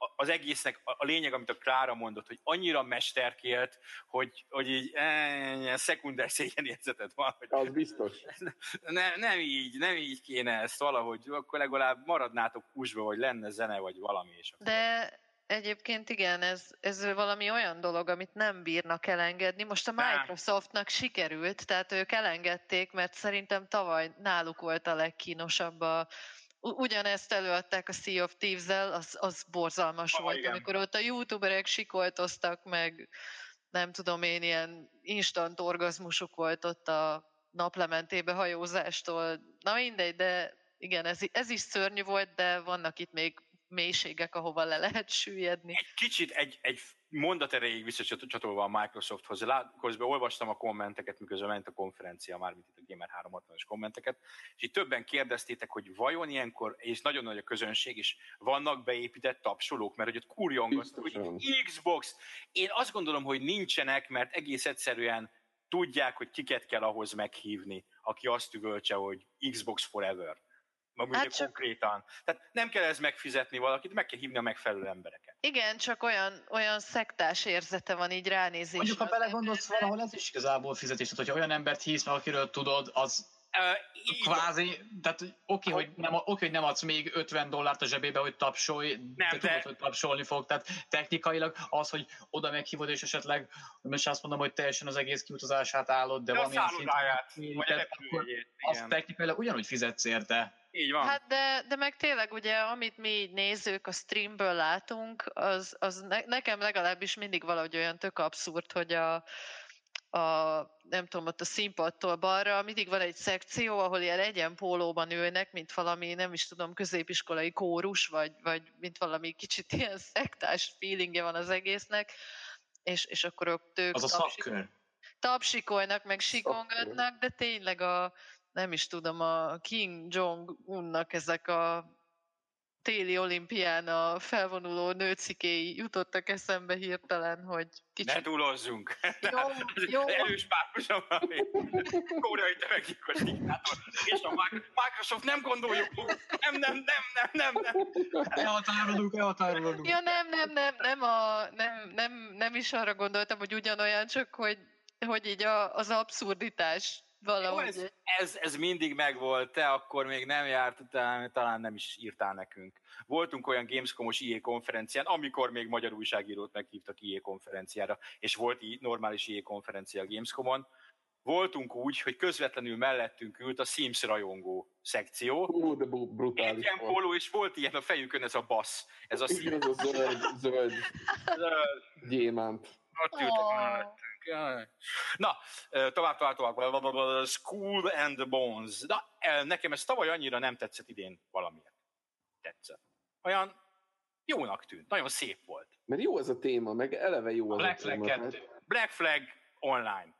az egésznek a lényeg, amit a Klára mondott, hogy annyira mesterkélt, hogy, hogy így e, szekunder szégyenérzetet van. Hogy az biztos. Ne, nem így, nem így kéne ezt valahogy, akkor legalább maradnátok húsba, hogy lenne zene, vagy valami. És akkor... De egyébként igen, ez, ez valami olyan dolog, amit nem bírnak elengedni. Most a Microsoftnak sikerült, tehát ők elengedték, mert szerintem tavaly náluk volt a legkínosabb a ugyanezt előadták a Sea of Thieves-zel, az, az borzalmas ah, volt, igen. Amikor ott a youtuberek sikoltoztak, meg nem tudom én, ilyen instant orgazmusuk volt ott a naplementébe hajózástól. Na mindegy, de igen, ez, ez is szörnyű volt, de vannak itt még mélységek, ahova le lehet süllyedni. Egy kicsit, egy, egy mondat erejéig visszacsatolva a Microsofthoz. Közben olvastam a kommenteket, miközben ment a konferencia, mármint itt a Gamer háromszázhatvanas kommenteket, és itt többen kérdeztétek, hogy vajon ilyenkor, és nagyon nagy a közönség, és vannak beépített tapsolók, mert hogy ott kurjongasztok, hogy Xbox. Én azt gondolom, hogy nincsenek, mert egész egyszerűen tudják, hogy kiket kell ahhoz meghívni, aki azt üvöltse, hogy Xbox Forever. Meg hát csak... konkrétan. Tehát nem kell ez megfizetni valakit, meg kell hívni a megfelelő embereket. Igen, csak olyan, olyan szektás érzete van így ránézésre. Mondjuk, ha belegondolsz, valahol ez is igazából fizetés. Tehát, hogyha olyan embert hívsz, meg akiről tudod, az uh, kvázi, tehát oké, okay, hogy, nem, okay, hogy nem adsz még ötven dollárt a zsebébe, hogy tapsolj, nem, de, de tudod, hogy tapsolni fog. Tehát technikailag az, hogy oda meghívod, és esetleg, most azt mondom, hogy teljesen az egész kiutazását állod, de, de valamilyen szinten, azt technikailag ugyanúgy fizetsz érte. Így van. Hát de, de meg tényleg ugye, amit mi így nézők a streamből látunk, az, az ne, nekem legalábbis mindig valahogy olyan tök abszurd, hogy a, a nem tudom, ott a színpadtól balra mindig van egy szekció, ahol ilyen egyenpólóban ülnek, mint valami, nem is tudom, középiskolai kórus, vagy, vagy mint valami kicsit ilyen szektás feelingje van az egésznek, és, és akkor ők tők az a szakkör. Tapsikolnak, meg sikongatnak, de tényleg a nem is tudom, a Kim Jong-unnak ezek a téli olimpián a felvonuló nőcikéi jutottak eszembe hirtelen, hogy kicsit... Ne túlozzunk! Jó, jó. Erős párhusom, ami koreai tömeggyilkos diktátor, és a Microsoft nem gondoljuk, nem, nem, nem, nem, nem, nem. Elhatárolunk, elhatárolunk. Ja, nem, nem, nem, nem, a, nem, nem, nem is arra gondoltam, hogy ugyanolyan, csak hogy, hogy így a, az abszurditás valahogy. Ez, ez, ez mindig megvolt, te akkor még nem járt, talán, talán nem is írtál nekünk. Voltunk olyan Gamescom-os i á konferencián, amikor még magyar újságírót meghívtak i á konferenciára, és volt i, normális i á konferencia a Gamescom-on. Voltunk úgy, hogy közvetlenül mellettünk ült a Sims rajongó szekció. Ú, de brutális. Egy ilyen poló, és volt ilyen a fejükön ez a bassz. Ez a Sims. Ez a zöld, zöld, gyémánt. Ott ültek mellettünk. Na, tovább, tovább, tovább. Skull and the Bones. Na, nekem ez tavaly annyira nem tetszett, idén valamiért. Tetszett. Olyan jónak tűnt, nagyon szép volt. Mert jó ez a téma, meg eleve jó az Black a téma. Flag kettő. Black Flag online.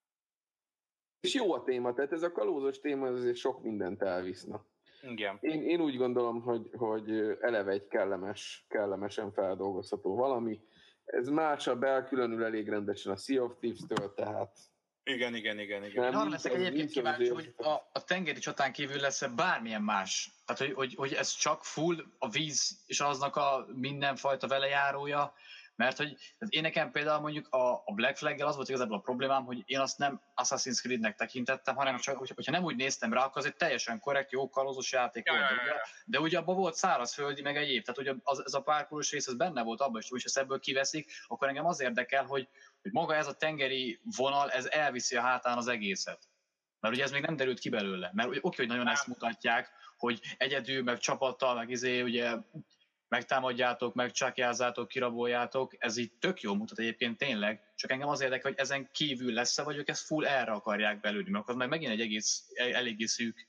És jó a téma, tehát ez a kalózos téma azért sok mindent elviszna. Igen. Én, én úgy gondolom, hogy, hogy eleve egy kellemes, kellemesen feldolgozható valami. Ez másabb, elkülönül elég rendesen a Sea of Thieves-től, tehát... Igen, igen, igen, igen. Én arra leszek egyébként kíváncsi, hogy a, a tengeri csatán kívül lesz-e bármilyen más. Tehát, hogy, hogy, hogy ez csak full a víz és aznak a mindenfajta velejárója, mert hogy én nekem például mondjuk a, a Black Flag-gel az volt igazából a problémám, hogy én azt nem Assassin's Creed-nek tekintettem, hanem csak, hogyha nem úgy néztem rá, akkor az egy teljesen korrekt, jó kalózos játék ja, volt. ja, ja, ja. De ugye abban volt szárazföldi, meg egyéb. Tehát ugye az, ez a párkoros rész, ez benne volt abban is, hogy ezt ebből kiveszik, akkor engem az érdekel, hogy, hogy maga ez a tengeri vonal, ez elviszi a hátán az egészet. Mert ugye ez még nem derült ki belőle. Mert oké, hogy nagyon ezt mutatják, hogy egyedül, meg csapattal, meg izé, ugye megtámadjátok, megcsákjázátok, kiraboljátok, ez így tök jó mutat egyébként tényleg, csak engem az érdekel, hogy ezen kívül lesz-e, vagy ők ezt full erre akarják belőni, mert akkor meg megint egy egész, eléggé szűk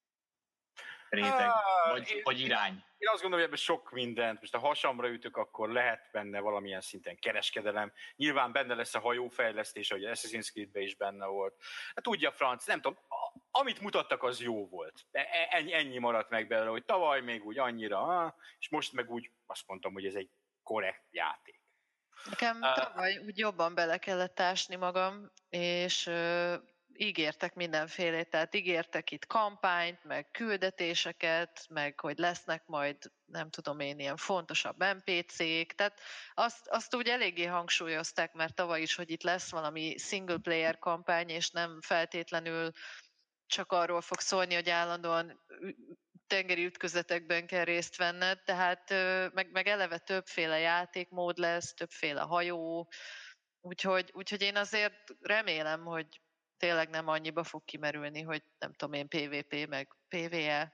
réteg, vagy, én, vagy irány. Én azt gondolom, hogy ebben sok mindent, most a hasamra ütök, akkor lehet benne valamilyen szinten kereskedelem. Nyilván benne lesz a hajófejlesztés, ahogy Assassin's Creed-ben is benne volt. Hát tudja franc, nem tudom, amit mutattak, az jó volt. Ennyi, ennyi maradt meg belőle, hogy tavaly még úgy annyira, és most meg úgy azt mondtam, hogy ez egy korrekt játék. Nekem tavaly úgy jobban bele kellett ásni magam, és uh, ígértek mindenfélét, tehát ígértek itt kampányt, meg küldetéseket, meg hogy lesznek majd nem tudom én, ilyen fontosabb em pé cék, tehát azt, azt úgy eléggé hangsúlyozták már tavaly is, hogy itt lesz valami single player kampány, és nem feltétlenül csak arról fog szólni, hogy állandóan tengeri ütközetekben kell részt venned, tehát meg, meg eleve többféle játékmód lesz, többféle hajó, úgyhogy, úgyhogy én azért remélem, hogy tényleg nem annyiba fog kimerülni, hogy nem tudom én, pé vé pé meg pé vé e.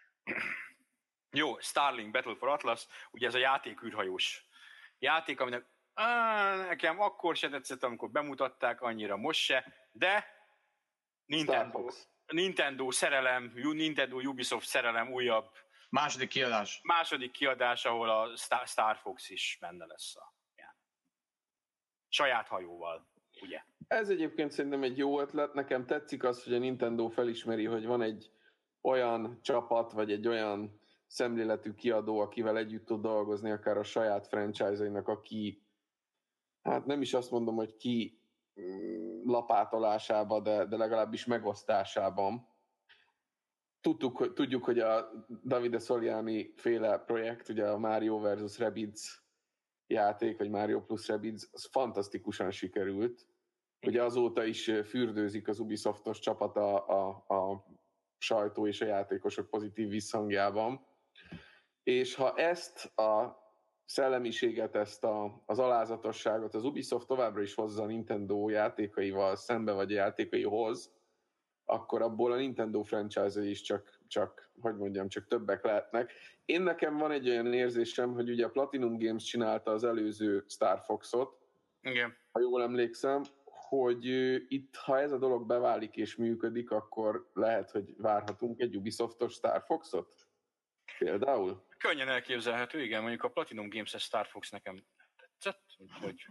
Jó, Starlink Battle for Atlas, ugye ez a játékűrhajós játék, aminek á, nekem akkor se tetszett, amikor bemutatták, annyira most se, de Nintendo, Nintendo szerelem, Nintendo Ubisoft szerelem újabb második kiadás. Második kiadás, ahol a Star, Star Fox is benne lesz a ja. saját hajóval, ugye? Ez egyébként szerintem egy jó ötlet, nekem tetszik az, hogy a Nintendo felismeri, hogy van egy olyan csapat, vagy egy olyan szemléletű kiadó, akivel együtt tud dolgozni, akár a saját franchise-ainak, aki, hát nem is azt mondom, hogy ki lapátolásába, de, de legalábbis megosztásában. Tudtuk, hogy, tudjuk, hogy a Davide Soliani féle projekt, ugye a Mario versus. Rabbids játék, vagy Mario plus Rabbids, az fantasztikusan sikerült. Ugye azóta is fürdőzik az Ubisoftos csapat a, a, a sajtó és a játékosok pozitív visszhangjában. És ha ezt a szellemiséget, ezt a, az alázatosságot az Ubisoft továbbra is hozza a Nintendo játékaival szembe, vagy a játékaihoz, akkor abból a Nintendo franchise-ai is csak, csak, hogy mondjam, csak többek lehetnek. Én nekem van egy olyan érzésem, hogy ugye a Platinum Games csinálta az előző Star Foxot, igen. Ha jól emlékszem, hogy itt, ha ez a dolog beválik és működik, akkor lehet, hogy várhatunk egy Ubisoftos Star Foxot? Például? Könnyen elképzelhető, igen, mondjuk a Platinum Games-es Star Fox nekem tetszett, úgyhogy...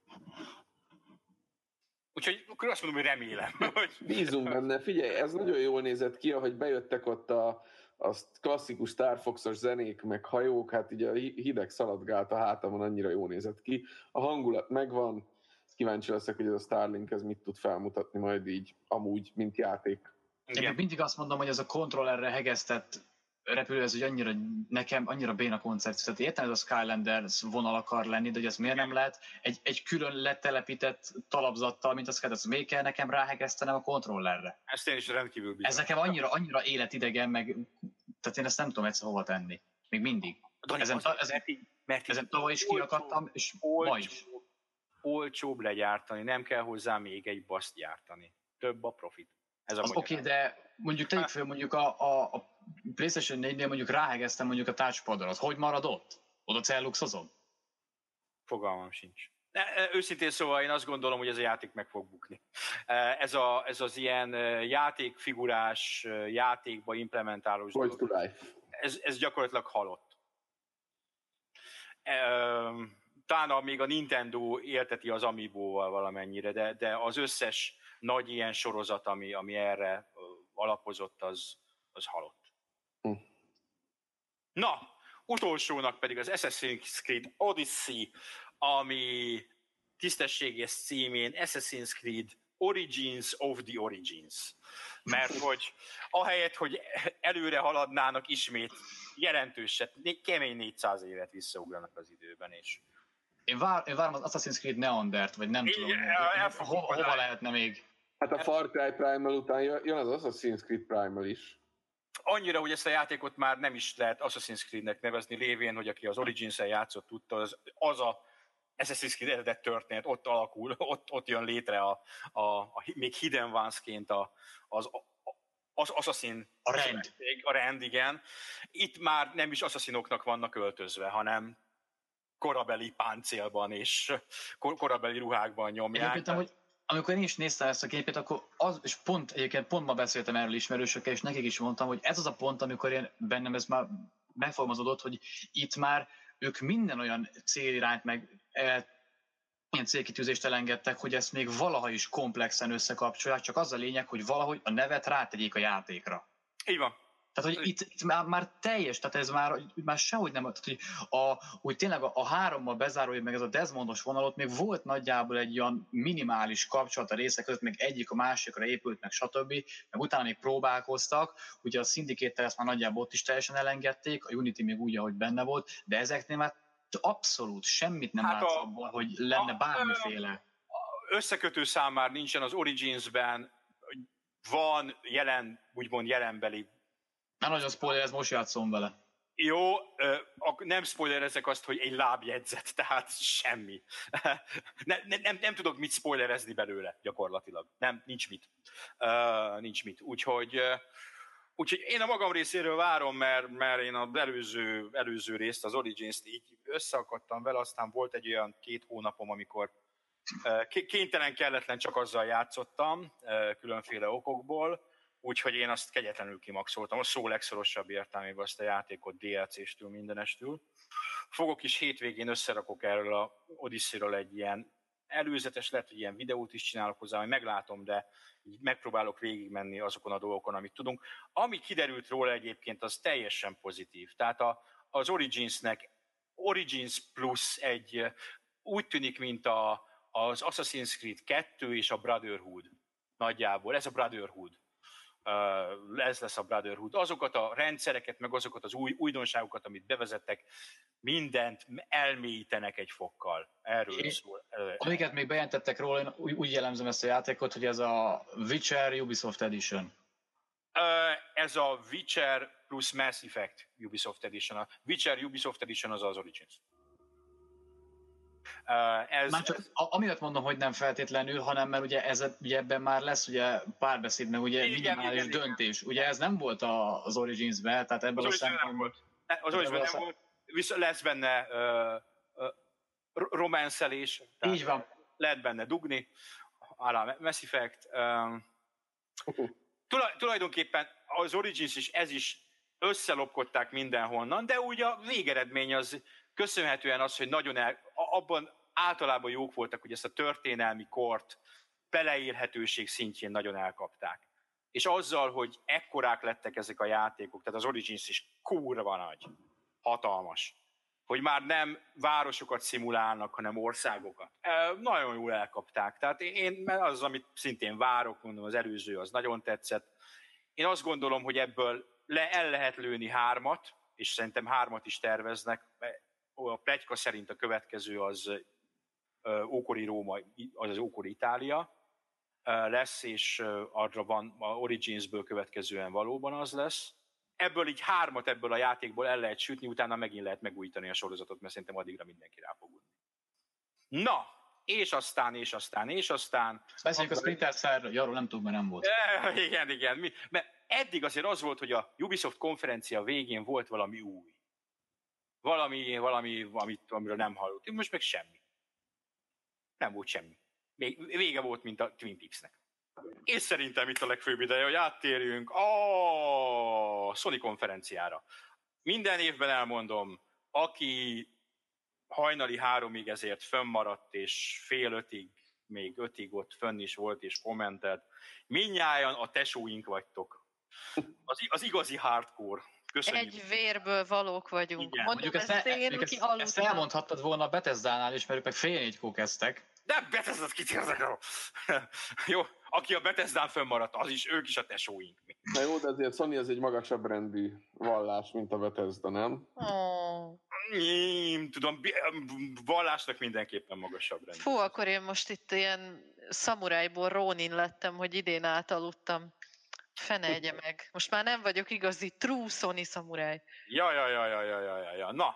Úgyhogy akkor azt mondom, hogy remélem, hogy... Bízunk benne, figyelj, ez nagyon jól nézett ki, ahogy bejöttek ott a, a klasszikus Star Foxos zenék, meg hajók, hát így a hideg szaladgált a hátamon, annyira jól nézett ki. A hangulat megvan, kíváncsi leszek, hogy ez a Starlink ez mit tud felmutatni majd így, amúgy, mint játék. Én még mindig azt mondom, hogy ez a kontrollerre hegesztett repülő, ez hogy annyira, nekem annyira béna koncepció. Tehát értem, hogy a Skylanders vonal akar lenni, de hogy ez miért nem lehet egy, egy külön letelepített talapzattal, mint a Skylanders, miért kell nekem ráhegesztenem a kontrollerre? Ezt én is rendkívül bízom. Ez nekem annyira, annyira életidegen, meg, tehát én ezt nem tudom egyszer hova tenni. Még mindig. Dani, ezen, azért, ezen, mert így, mert ezen tavaly is kiakadtam, és olcsó, ma is. Olcsóbb legyártani, nem kell hozzá még egy baszt gyártani. Több a profit. Ez a az oké, okay, de mondjuk tegyük föl, mondjuk a, a, a PlayStation négynél mondjuk ráhegeztem mondjuk a touchpadra, az hogy marad ott? Oda celluxozom? Fogalmam sincs. Őszintén szóval én azt gondolom, hogy ez a játék meg fog bukni. Ez, a, ez az ilyen játékfigurás, játékba implementálós dolog. Ez, ez gyakorlatilag halott. Talán még a Nintendo élteti az Amiibo-val valamennyire, de, de az összes nagy ilyen sorozat, ami, ami erre alapozott, az, az halott. Hm. Na, utolsónak pedig az Assassin's Creed Odyssey, ami tisztességes címén Assassin's Creed Origins of the Origins. Mert hogy ahelyett, hogy előre haladnának ismét jelentőset, kemény négyszáz évet visszaugranak az időben, és Én, vár, én várom az Assassin's Creed Neandert, vagy nem tudom, ho, hova lehetne még. Hát a Far Cry Primal után jön az Assassin's Creed Primal is. Annyira, hogy ezt a játékot már nem is lehet Assassin's Creednek nevezni, lévén, hogy aki az Origins-en játszott, tudta, az, az a Assassin's Creed eredet történet, ott alakul, ott, ott jön létre a, a, a még Hidden Ones-ként a, az, az Assassin. A rend. A rend, igen. Itt már nem is assassinoknak vannak öltözve, hanem korabeli páncélban és korabeli ruhákban nyomják. Egyébként, hogy amikor én is néztem ezt a képét, akkor az, és pont, egyébként pont ma beszéltem erről ismerősökkel, és nekik is mondtam, hogy ez az a pont, amikor én bennem ez már megfogalmazódott, hogy itt már ők minden olyan célirányt, meg e, ilyen célkitűzést elengedtek, hogy ezt még valaha is komplexen összekapcsolják, csak az a lényeg, hogy valahogy a nevet rátegyék a játékra. Így van. Tehát, hogy itt, itt már, már teljes, tehát ez már, már sehogy nem, tehát, hogy a, úgy tényleg a, a hárommal bezárulja meg ez a Desmondos vonalat, még volt nagyjából egy olyan minimális kapcsolat a részek között, még egyik a másikra épült, meg stb. Meg utána még próbálkoztak, ugye a Syndicate-tel ezt már nagyjából ott is teljesen elengedték, a Unity még úgy, ahogy benne volt, de ezeknél már abszolút semmit nem hát látsz a, abban, hogy lenne a, bármiféle. Összekötő szám már nincsen az Origins-ben, van jelen, úgymond jelenbeli. Nem nagyon spoiler, ez most játszom vele. Jó, nem spoilerezek azt, hogy egy lábjegyzet, tehát semmi. nem, nem, nem tudok mit spoilerezni belőle gyakorlatilag. Nem, nincs mit. Uh, nincs mit. Úgyhogy, uh, úgyhogy én a magam részéről várom, mert, mert én az előző, előző részt, az Origins-t így összeakadtam vele, aztán volt egy olyan két hónapom, amikor uh, kénytelen, kelletlen csak azzal játszottam, uh, különféle okokból, úgyhogy én azt kegyetlenül kimaxoltam, a szó legszorosabb értelmében azt a játékot dé el cé-stől mindenestül. Fogok is hétvégén összerakok erről a Odyssey-ről egy ilyen előzetes, lehet, hogy ilyen videót is csinálok hozzá, hogy meglátom, de így megpróbálok végigmenni azokon a dolgokon, amit tudunk. Ami kiderült róla egyébként, az teljesen pozitív. Tehát a, az Originsnek Origins Plus egy úgy tűnik, mint a, az Assassin's Creed kettő és a Brotherhood nagyjából. Ez a Brotherhood. Uh, ez lesz a Brotherhood. Azokat a rendszereket, meg azokat az új újdonságokat, amit bevezettek, mindent elmélyítenek egy fokkal. Erről é, szól. Amiket még bejelentettek róla, én úgy, úgy jellemzem ezt a játékot, hogy ez a Witcher Ubisoft Edition. Uh, ez a Witcher plus Mass Effect Ubisoft Edition. A Witcher Ubisoft Edition az az Origins. Uh, ez, már csak ez... amiatt mondom, hogy nem feltétlenül, hanem mert ugye, ez, ugye ebben már lesz ugye párbeszéd, meg ugye igen, minimális igen, döntés. Igen. Ugye ez nem volt a, az Origins-ben, tehát ebből az a szempontból... nem volt. Az Origins-ben nem volt, viszont lesz benne uh, uh, románcelés. Így van. Lehet benne dugni, a Mass Effect. Um, uh-huh. tulaj, tulajdonképpen az Origins is, ez is összelopkodták mindenhonnan, de úgy a végeredmény az köszönhetően az, hogy nagyon el, abban általában jók voltak, hogy ezt a történelmi kort beleérhetőség szintjén nagyon elkapták. És azzal, hogy ekkorák lettek ezek a játékok, tehát az Origins is kurva nagy, hatalmas, hogy már nem városokat szimulálnak, hanem országokat. E, nagyon jól elkapták. Tehát én az, amit szintén várok, mondom, az előző az nagyon tetszett. Én azt gondolom, hogy ebből le, el lehet lőni hármat, és szerintem hármat is terveznek. A pletyka szerint a következő az ókori Róma, az az ókori Itália lesz, és arra van a Originsből következően valóban az lesz. Ebből így hármat ebből a játékból el lehet sütni, utána megint lehet megújítani a sorozatot, mert szerintem addigra mindenki rá fog udni. Na, és aztán, és aztán, és aztán... Beszéljük a Splinter Cell-ről, arról nem tudom, mert nem volt. E, igen, igen. Mi, mert eddig azért az volt, hogy a Ubisoft konferencia végén volt valami új. Valami, valami, amit, amiről nem hallottunk. Most meg semmi. Nem volt semmi. Még vége volt, mint a Twin Peaks-nek. És szerintem itt a legfőbb ideje, hogy áttérjünk a Sony konferenciára. Minden évben elmondom, aki hajnali háromig ezért fönnmaradt, és fél ötig, még ötig ott fönn is volt, és kommentelt. Mindnyájan a tesóink vagytok. Az, az igazi hardcore. Köszönjük. Egy vérből valók vagyunk. Igen. Mondjuk ezt, ezt, el, én, ezt, ezt elmondhattad volna a Bethesdánál is, mert ők meg fél négykor kezdtek. De Bethesda-t kitérzek. Jó, aki a Bethesdán fönnmaradt, az is, ők is a tesóink. Na jó, de azért Sony az egy magasabb rendű vallás, mint a Bethesda, nem? Oh. Nem tudom, vallásnak mindenképpen magasabb rendű. Fú, akkor én most itt ilyen szamurájból Ronin lettem, hogy idén átaludtam. Fene egye meg. Most már nem vagyok igazi true Sony szamuráj. Ja, ja, ja, ja, ja, ja, ja. Na,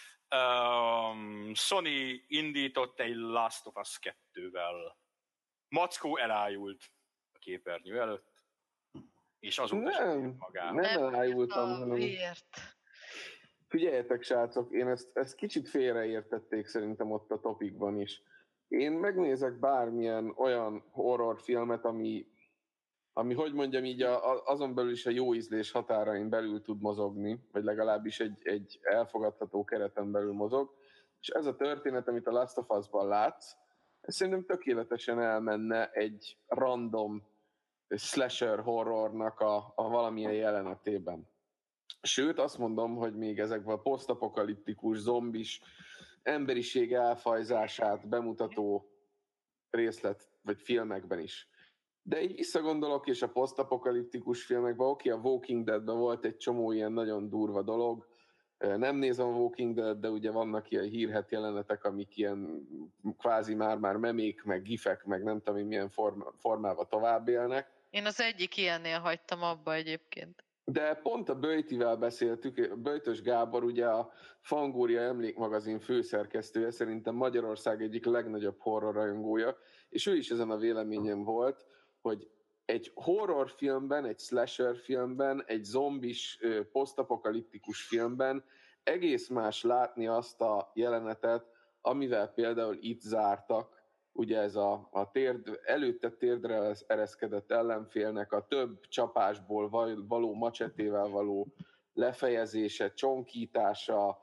um, Sony indított egy Last of Us kettővel. Mackó elájult a képernyő előtt, és azóta nem, magát. Nem elájultam, hanem... Miért? Figyeljetek, srácok, én ezt, ezt kicsit félreértették szerintem ott a topikban is. Én megnézek bármilyen olyan horrorfilmet, ami, ami hogy mondjam így, a, a, azon belül is a jó ízlés határain belül tud mozogni, vagy legalábbis egy, egy elfogadható kereten belül mozog, és ez a történet, amit a Last of Us-ban látsz, ez szerintem tökéletesen elmenne egy random slasher horrornak a, a valamilyen jelenetében. Sőt, azt mondom, hogy még ezekben a posztapokaliptikus, zombis, emberiség elfajzását bemutató részlet, vagy filmekben is. De így visszagondolok, és a posztapokaliptikus filmekben, oké, a Walking Deadben volt egy csomó ilyen nagyon durva dolog. Nem nézem a Walking Dead, de ugye vannak ilyen hírhet jelenetek, amik ilyen kvázi már-már memék, meg gifek, meg nem tudom, milyen form- formában tovább élnek. Én az egyik ilyennél hagytam abba egyébként. De pont a Böjtivel beszéltük, Böjtös Gábor, ugye a Fangória emlékmagazin főszerkesztője, szerintem Magyarország egyik legnagyobb horrorrajongója, és ő is ezen a véleményem volt, hogy egy horrorfilmben, egy slasher filmben, egy zombis, posztapokaliptikus filmben egész más látni azt a jelenetet, amivel például itt zártak, ugye ez a, a térd, előtte térdre ereszkedett ellenfélnek a több csapásból való macsetével való lefejezése, csonkítása,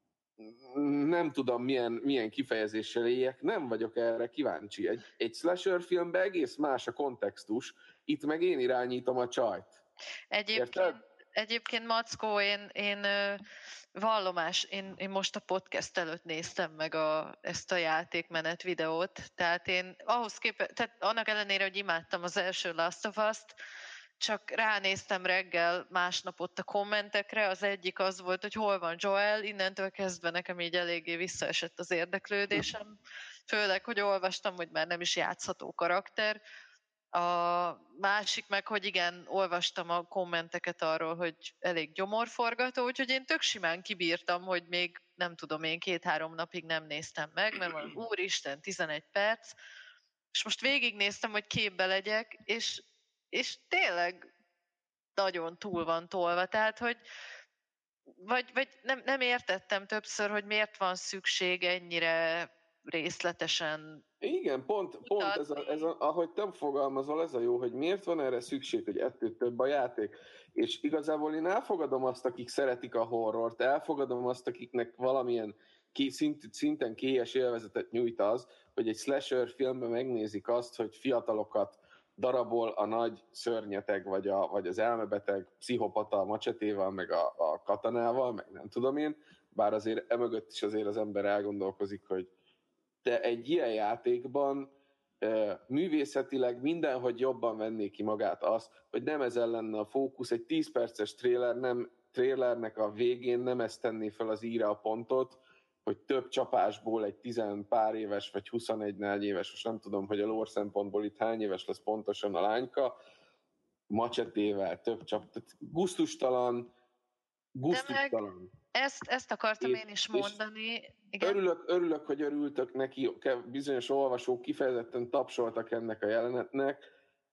nem tudom milyen, milyen kifejezéssel éljek, nem vagyok erre kíváncsi. Egy, egy slasher filmben egész más a kontextus, itt meg én irányítom a csajt. Egyébként, egyébként Mackó, én, én vallomás, én, én most a podcast előtt néztem meg a, ezt a játékmenet videót, tehát én ahhoz képest, tehát annak ellenére, hogy imádtam az első Last of Us-t, csak ránéztem reggel másnap ott a kommentekre, az egyik az volt, hogy hol van Joel, innentől kezdve nekem így eléggé visszaesett az érdeklődésem, főleg, hogy olvastam, hogy már nem is játszható karakter. A másik meg, hogy igen, olvastam a kommenteket arról, hogy elég gyomorforgató, úgyhogy én tök simán kibírtam, hogy még nem tudom, én két-három napig nem néztem meg, mert mondom, úristen, tizenegy perc, és most végignéztem, hogy képbe legyek, és, és tényleg nagyon túl van tolva, tehát, hogy vagy, vagy nem, nem értettem többször, hogy miért van szükség ennyire részletesen. Igen, pont, pont ez, a, ez a, ahogy te fogalmazol, ez a jó, hogy miért van erre szükség, hogy ettől több a játék. És igazából én elfogadom azt, akik szeretik a horrort, elfogadom azt, akiknek valamilyen ki, szint, szinten kélyes élvezetet nyújt az, hogy egy slasher filmben megnézik azt, hogy fiatalokat darabol a nagy szörnyeteg, vagy, a, vagy az elmebeteg pszichopata a macsetével, meg a, a katanával, meg nem tudom én, bár azért emögött is azért az ember elgondolkozik, hogy de egy ilyen játékban művészetileg mindenhogy jobban venné ki magát az, hogy nem ezen lenne a fókusz, egy tíz perces trailer, nem, trailernek a végén nem ezt tenné fel az íre a pontot, hogy több csapásból egy tizen pár éves, vagy huszonegy éves, most nem tudom, hogy a lore szempontból itt hány éves lesz pontosan a lányka, macsetével több csap, tehát gusztustalan, gusztustalan. Ezt, ezt akartam és, én is mondani. Igen? Örülök, örülök, hogy örültök neki, bizonyos olvasók kifejezetten tapsoltak ennek a jelenetnek,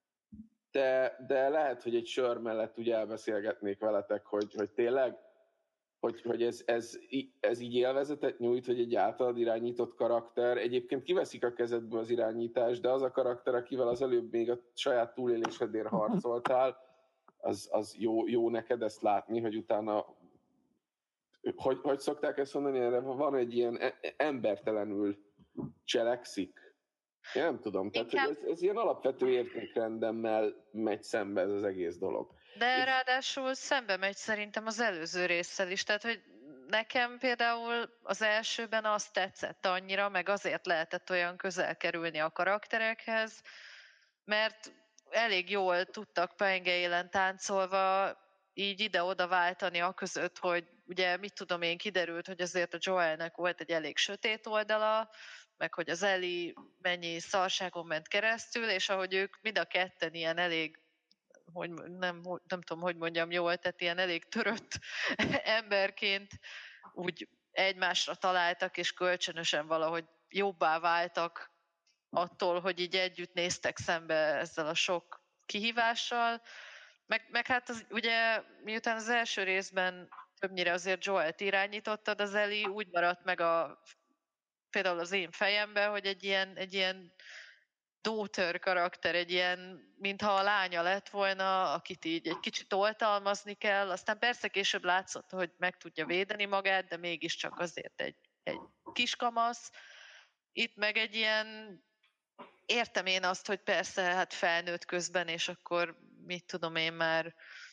de, de lehet, hogy egy sör mellett úgy elbeszélgetnék veletek, hogy, hogy tényleg, hogy, hogy ez, ez, ez így élvezetet nyújt, hogy egy általad irányított karakter, egyébként kiveszik a kezedből az irányítást, de az a karakter, akivel az előbb még a saját túlélésedért harcoltál, az, az jó, jó neked ezt látni, hogy utána Hogy, hogy szokták ezt mondani, erre van egy ilyen embertelenül cselekszik. Én nem tudom, tehát hogy ez, ez ilyen alapvető értékrendemmel megy szembe ez az egész dolog. De Én... ráadásul szembe megy szerintem az előző résszel is, tehát hogy nekem például az elsőben azt tetszett annyira, meg azért lehetett olyan közel kerülni a karakterekhez, mert elég jól tudtak pengeilen táncolva így ide-oda váltani a között, hogy ugye mit tudom én, kiderült, hogy azért a Joelnek volt egy elég sötét oldala, meg hogy az Ellie mennyi szarságon ment keresztül, és ahogy ők mind a ketten ilyen elég, hogy nem, nem tudom, hogy mondjam jól, tehát ilyen elég törött emberként úgy egymásra találtak, és kölcsönösen valahogy jobbá váltak attól, hogy így együtt néztek szembe ezzel a sok kihívással, meg, meg hát az, ugye miután az első részben többnyire azért Joelt irányítottad, az Ellie úgy maradt meg a, például az én fejemben, hogy egy ilyen, egy ilyen daughter karakter, egy ilyen, mintha a lánya lett volna, akit így egy kicsit oltalmazni kell, aztán persze később látszott, hogy meg tudja védeni magát, de mégiscsak azért egy, egy kiskamasz. Itt meg egy ilyen, értem én azt, hogy persze, hát felnőtt közben, és akkor mit tudom én már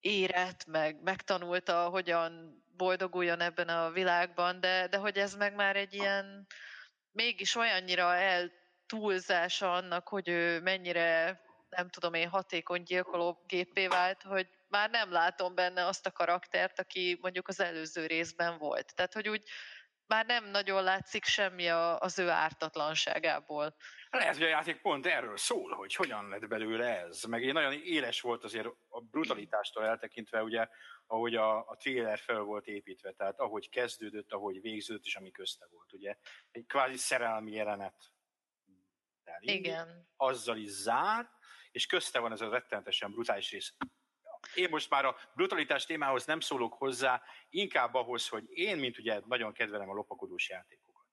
érett, meg megtanulta, hogyan boldoguljon ebben a világban, de, de hogy ez meg már egy ilyen mégis olyannyira eltúlzása annak, hogy ő mennyire, nem tudom én, hatékony gyilkoló géppé vált, hogy már nem látom benne azt a karaktert, aki mondjuk az előző részben volt. Tehát, hogy úgy már nem nagyon látszik semmi a, az ő ártatlanságából. Lehet, hogy a játék pont erről szól, hogy hogyan lett belőle ez. Meg egy nagyon éles volt azért a brutalitástól eltekintve, ugye, ahogy a, a trailer fel volt építve, tehát ahogy kezdődött, ahogy végződött, és ami közte volt, ugye. Egy kvázi szerelmi jelenet. Igen. Azzal is zár, és közte van ez a rettenetesen brutális rész. Én most már a brutalitás témához nem szólok hozzá, inkább ahhoz, hogy én, mint ugye nagyon kedvelem a lopakodós játékokat.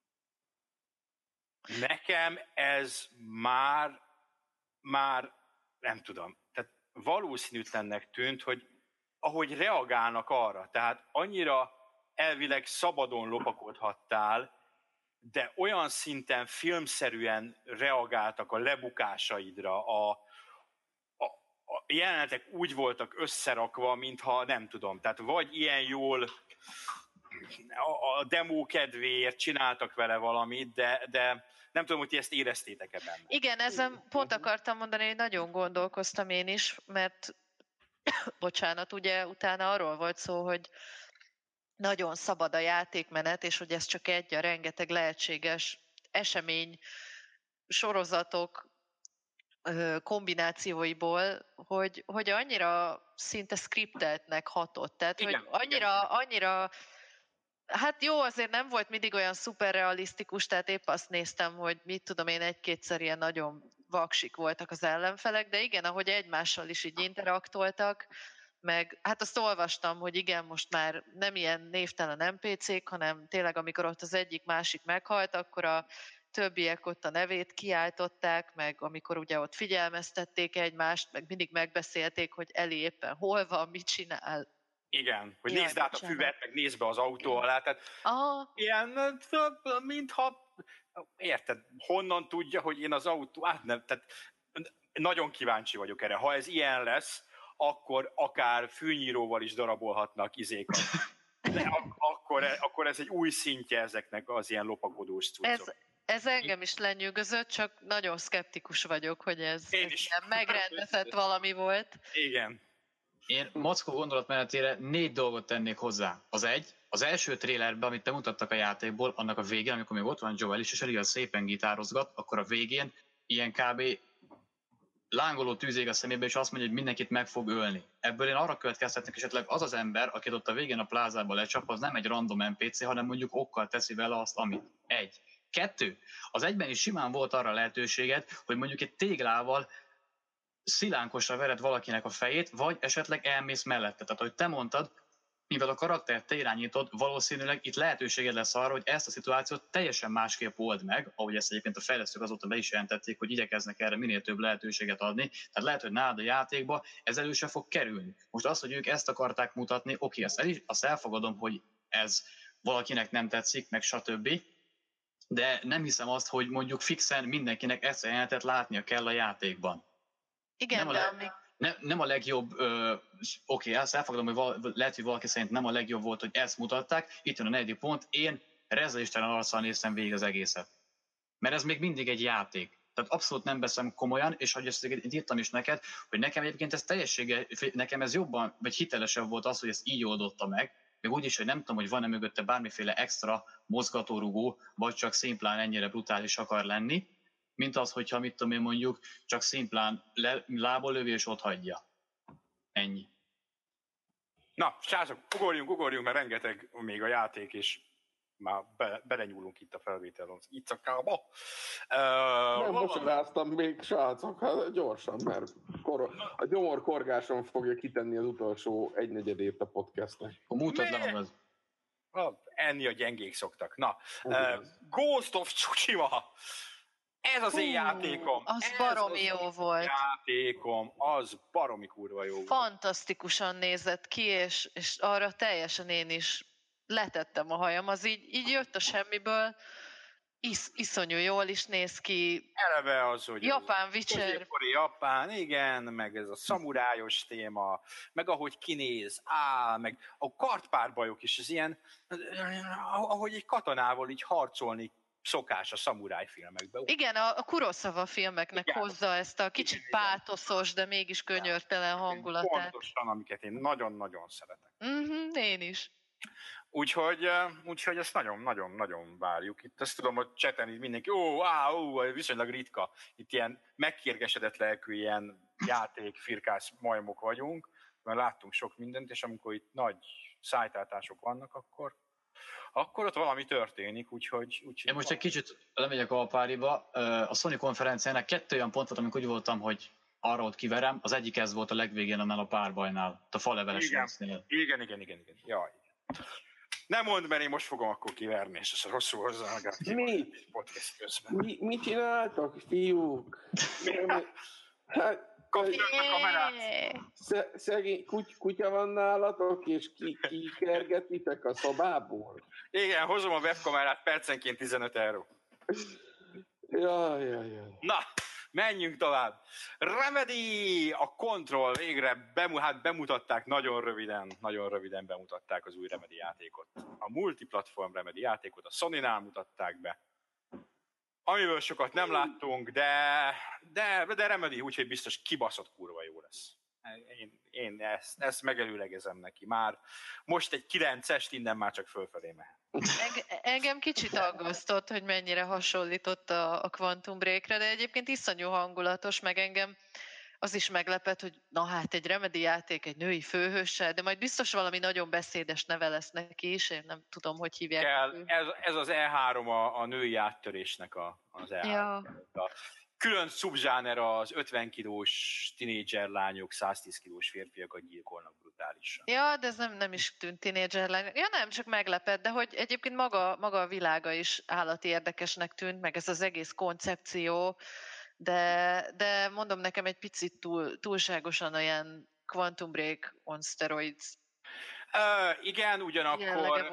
Nekem ez már, már nem tudom, tehát valószínűtlennek tűnt, hogy ahogy reagálnak arra, tehát annyira elvileg szabadon lopakodhattál, de olyan szinten filmszerűen reagáltak a lebukásaidra, a, a, a jelenetek úgy voltak összerakva, mintha nem tudom, tehát vagy ilyen jól a, a demo kedvéért csináltak vele valamit, de, de nem tudom, hogy ti ezt éreztétek-e benne. Igen, ezen pont akartam mondani, hogy nagyon gondolkoztam én is, mert bocsánat, ugye utána arról volt szó, hogy nagyon szabad a játékmenet, és hogy ez csak egy a rengeteg lehetséges esemény, sorozatok kombinációiból, hogy, hogy annyira szinte skripteltnek hatott. Tehát, igen, hogy annyira, igen. annyira, hát jó, azért nem volt mindig olyan szuperrealisztikus, tehát épp azt néztem, hogy mit tudom én, egy-kétszer ilyen nagyon vaksik voltak az ellenfelek, de igen, ahogy egymással is így interaktoltak, meg hát azt olvastam, hogy igen, most már nem ilyen névtelen en pé cék, hanem tényleg amikor ott az egyik másik meghalt, akkor a többiek ott a nevét kiáltották, meg amikor ugye ott figyelmeztették egymást, meg mindig megbeszélték, hogy Eli éppen hol van, mit csinál. Igen, hogy nézd át a füvet, meg nézd be az autó alá, tehát Aha. ilyen, mintha, érted, honnan tudja, hogy én az autó, át nem, tehát nagyon kíváncsi vagyok erre. Ha ez ilyen lesz, akkor akár fűnyíróval is darabolhatnak izékat. De ak- akkor, akkor ez egy új szintje ezeknek az ilyen lopakodós cuccok. Ez, ez engem is lenyűgözött, csak nagyon szkeptikus vagyok, hogy ez, ez ilyen megrendezett valami volt. Igen. Én Mackó gondolatmenetére négy dolgot tennék hozzá. Az egy, az első trélerben, amit bemutattak a játékból, annak a végén, amikor még ott van Joel is, és elég szépen gitározgat, akkor a végén ilyen kb. Lángoló tűz ég a szemébe, és azt mondja, hogy mindenkit meg fog ölni. Ebből én arra következtetnek, esetleg az az ember, akit ott a végén a plázába lecsap, az nem egy random en pé cé, hanem mondjuk okkal teszi vele azt, amit. Egy. Kettő. Az egyben is simán volt arra lehetőséged, hogy mondjuk egy téglával szilánkosra vered valakinek a fejét, vagy esetleg elmész mellette. Tehát, ahogy te mondtad, mivel a karaktert te irányítod, valószínűleg itt lehetőséged lesz arra, hogy ezt a szituációt teljesen másképp old meg, ahogy ezt egyébként a fejlesztők azóta be is jelentették, hogy igyekeznek erre minél több lehetőséget adni. Tehát lehet, hogy nálad a játékba ez elő se fog kerülni. Most az, hogy ők ezt akarták mutatni, oké, azt, el is, azt elfogadom, hogy ez valakinek nem tetszik, meg stb. De nem hiszem azt, hogy mondjuk fixen mindenkinek ezt a jelenetet látnia kell a játékban. Igen, nem a, de le- amíg... ne, nem a legjobb, ö, oké, ezt elfogadom, hogy val- lehet, hogy valaki szerint nem a legjobb volt, hogy ezt mutatták. Itt jön a negyedik pont, én rezelistelen arccal néztem végig az egészet. Mert ez még mindig egy játék. Tehát abszolút nem veszem komolyan, és hogy ezt írtam is neked, hogy nekem egyébként ez teljessége, nekem ez jobban, vagy hitelesebb volt az, hogy ezt így oldotta meg, még úgy is, hogy nem tudom, hogy van-e mögötte bármiféle extra mozgatórugó, vagy csak szimplán ennyire brutális akar lenni, mint az, hogyha mit tudom én mondjuk, csak szimplán le, lából lövi és ott hagyja. Ennyi. Na, srácok, ugorjunk, ugorjunk, mert rengeteg még a játék, és már be, belenyúlunk itt a felvételon. Itt szakába. Uh, Nem bocsánáztam még, srácok, hát gyorsan, mert kor, a gyomorkorgáson fogja kitenni az utolsó egynegyedét a podcastnek. Mutatd le magad. Ah, enni a gyengék szoktak. Na, uh, Ghost of Tsushima. Ez az Hú, én játékom. Az Ez baromi az jó volt. játékom, az baromi kurva jó volt. Fantasztikusan nézett ki, és, és arra teljesen én is letettem a hajam. Az így, így jött a semmiből, Is, iszonyú jól is néz ki. Eleve az, hogy Japán Witcher. Középkori Japán, igen, meg ez a szamurájos téma, meg ahogy kinéz, á, meg a kartpárbajok is, ez ilyen, ahogy egy katonával így harcolni szokás a szamuráj filmekben. Igen, a, a Kurosawa filmeknek igen. hozza ezt a kicsit igen, pátoszos, de mégis könyörtelen hangulatát. Pontosan, amiket én nagyon-nagyon szeretek. Uh-huh, én is. Úgyhogy, úgyhogy ezt nagyon-nagyon-nagyon várjuk. Itt ezt tudom, hogy cseten így mindenki, ó, á, ó, viszonylag ritka. Itt ilyen megkérgesedett lelkű ilyen játék, firkász majmok vagyunk, mert láttunk sok mindent, és amikor itt nagy szájtátások vannak, akkor, akkor ott valami történik, úgyhogy... úgyhogy Én most egy kicsit lemegyek a páriba. A Sony konferenciának kettő olyan pont volt, amikor úgy voltam, hogy arra ott kiverem. Az egyik ez volt a legvégén annál a párbajnál, a faleveles résznél. Igen, igen, igen, igen. Jaj. Nem mondd, mert én most fogom akkor kiverni, és ez rosszul hozzá magát. Mit? Podcast közben. Mi, mit csináltak, fiúk? Hát, Kapcsoljuk a kamerát. sze- szegény kuty- kutya van nálatok, és ki, ki kergetitek a szobából? Igen, hozom a webkamerát, percenként tizenöt euró. Jaj, jaj, jaj. Na, menjünk tovább. Remedy, a Control végre bemu- hát bemutatták nagyon röviden, nagyon röviden bemutatták az új Remedy játékot. A multiplatform Remedy játékot a Sonynál mutatták be. Amiből sokat nem láttunk, de, de, de Remedy, úgyhogy biztos kibaszott kurva jó lesz. Én, én ezt, ezt megelőlegezem neki. Már most egy kilencest, innen már csak fölfelé mehet. Eng- engem kicsit aggasztott, hogy mennyire hasonlított a, a Quantum Break-re, de egyébként iszonyú hangulatos, meg engem az is meglepett, hogy na hát egy Remedy játék, egy női főhőssel, de majd biztos valami nagyon beszédes neve lesz neki is, én nem tudom, hogy hívják. Kell, ez, ez az E három a, a női áttörésnek a, az E három. Ja. A külön szubzsáner az ötven kilós tinédzser lányok, száztíz kilós férfiakat gyilkolnak brutálisan. Ja, de ez nem, nem is tűnt tinédzser lányok. Ja nem, csak meglepett, de hogy egyébként maga, maga a világa is állati érdekesnek tűnt, meg ez az egész koncepció, de, de mondom nekem egy picit túl, túlságosan olyan Quantum Break on steroids. Uh, igen, ugyanakkor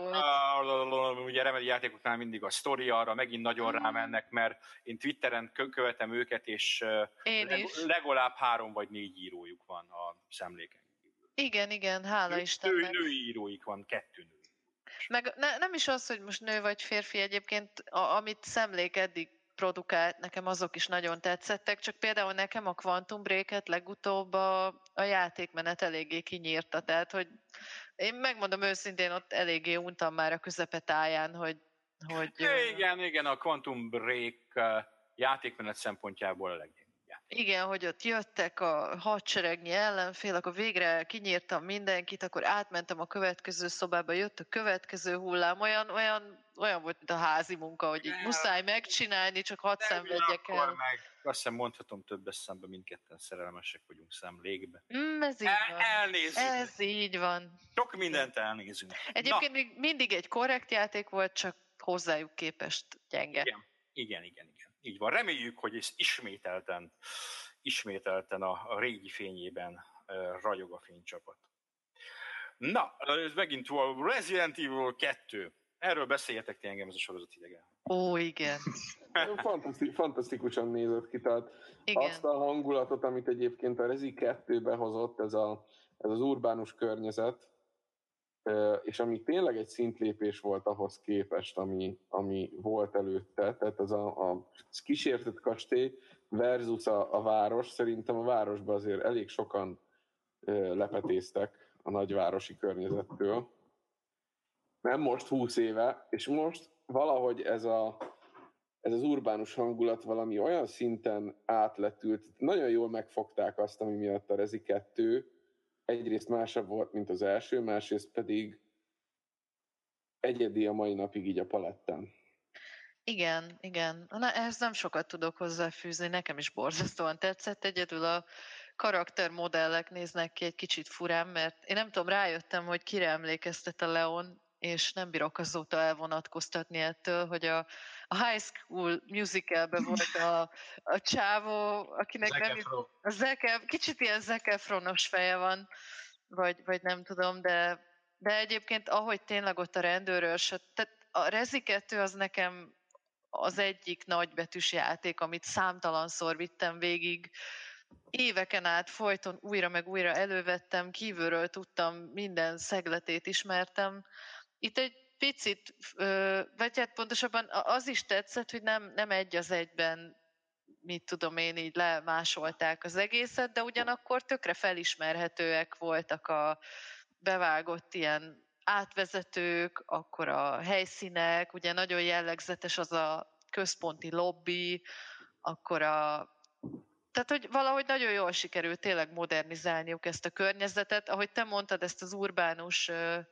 uh, ugye Remedy játékoknál mindig a sztori arra megint nagyon mm. rámennek, mert én Twitteren kö- követem őket, és uh, leg- legalább három vagy négy írójuk van a szemléken. Igen, igen, hála nő, Istennek. Nő, női íróik van, kettő nő. Meg ne, nem is az, hogy most nő vagy férfi egyébként, a, amit szemlék eddig produkált, nekem azok is nagyon tetszettek, csak például nekem a Quantum Break-et legutóbb a, a játékmenet eléggé kinyírta, tehát hogy én megmondom őszintén, ott eléggé untam már a közepetáján, hogy... hogy igen, igen, a Quantum Break játékmenet szempontjából a legjobb. Igen, hogy ott jöttek a hadseregnyi ellenfél, akkor végre kinyírtam mindenkit, akkor átmentem a következő szobába, jött a következő hullám, olyan, olyan, olyan volt, mint a házi munka, hogy így muszáj megcsinálni, csak hadd szenvedjek el. Meg azt hiszem mondhatom többes szemben, mindketten szerelmesek vagyunk szemlégbe. Mm, ez így el, van. Elnézzük. Ez így van. Sok mindent elnézünk. Egyébként még mindig egy korrekt játék volt, csak hozzájuk képest gyenge. Igen, igen, igen. igen. Így van. Reméljük, hogy ez ismételten, ismételten a, a régi fényében uh, ragyog a fénycsapat. Na, ez megint a Resident Evil kettő. Erről beszéljetek ti, engem ez a sorozat idegen. Ó, igen. Fantaszti- fantasztikusan nézett ki, tehát igen. Azt a hangulatot, amit egyébként a Rezi kettőbe hozott, ez, a, ez az urbánus környezet, és ami tényleg egy szintlépés volt ahhoz képest, ami, ami volt előtte, tehát ez a, a kísértett kastély versus a, a város, szerintem a városban azért elég sokan ö, lepetéztek a nagyvárosi környezettől. Nem most húsz éve, és most valahogy ez, a, ez az urbánus hangulat valami olyan szinten átletült, nagyon jól megfogták azt, ami miatt a Rezi kettő egyrészt másabb volt, mint az első, másrészt pedig egyedi a mai napig így a palettán. Igen, igen. Na, ehhez nem sokat tudok hozzáfűzni, nekem is borzasztóan tetszett, egyedül a karaktermodellek néznek ki egy kicsit furán, mert én nem tudom, rájöttem, hogy kire emlékeztet a Leon, és nem bírok azóta elvonatkoztatni ettől, hogy a, a High School Musicalben volt a, a csávó, akinek Zac nem... A Zac, kicsit ilyen Zac Efronos feje van, vagy, vagy nem tudom, de, de egyébként ahogy tényleg ott a rendőrös, tehát a Rezi kettő az nekem az egyik nagybetűs játék, amit számtalanszor vittem végig, éveken át folyton újra meg újra elővettem, kívülről tudtam, minden szegletét ismertem. Itt egy picit, vagy hát pontosabban az is tetszett, hogy nem, nem egy az egyben, mit tudom én, így lemásolták az egészet, de ugyanakkor tökre felismerhetőek voltak a bevágott ilyen átvezetők, akkor a helyszínek, ugye nagyon jellegzetes az a központi lobby, akkor a... Tehát, hogy valahogy nagyon jól sikerült tényleg modernizálniuk ezt a környezetet. Ahogy te mondtad, ezt az urbánus...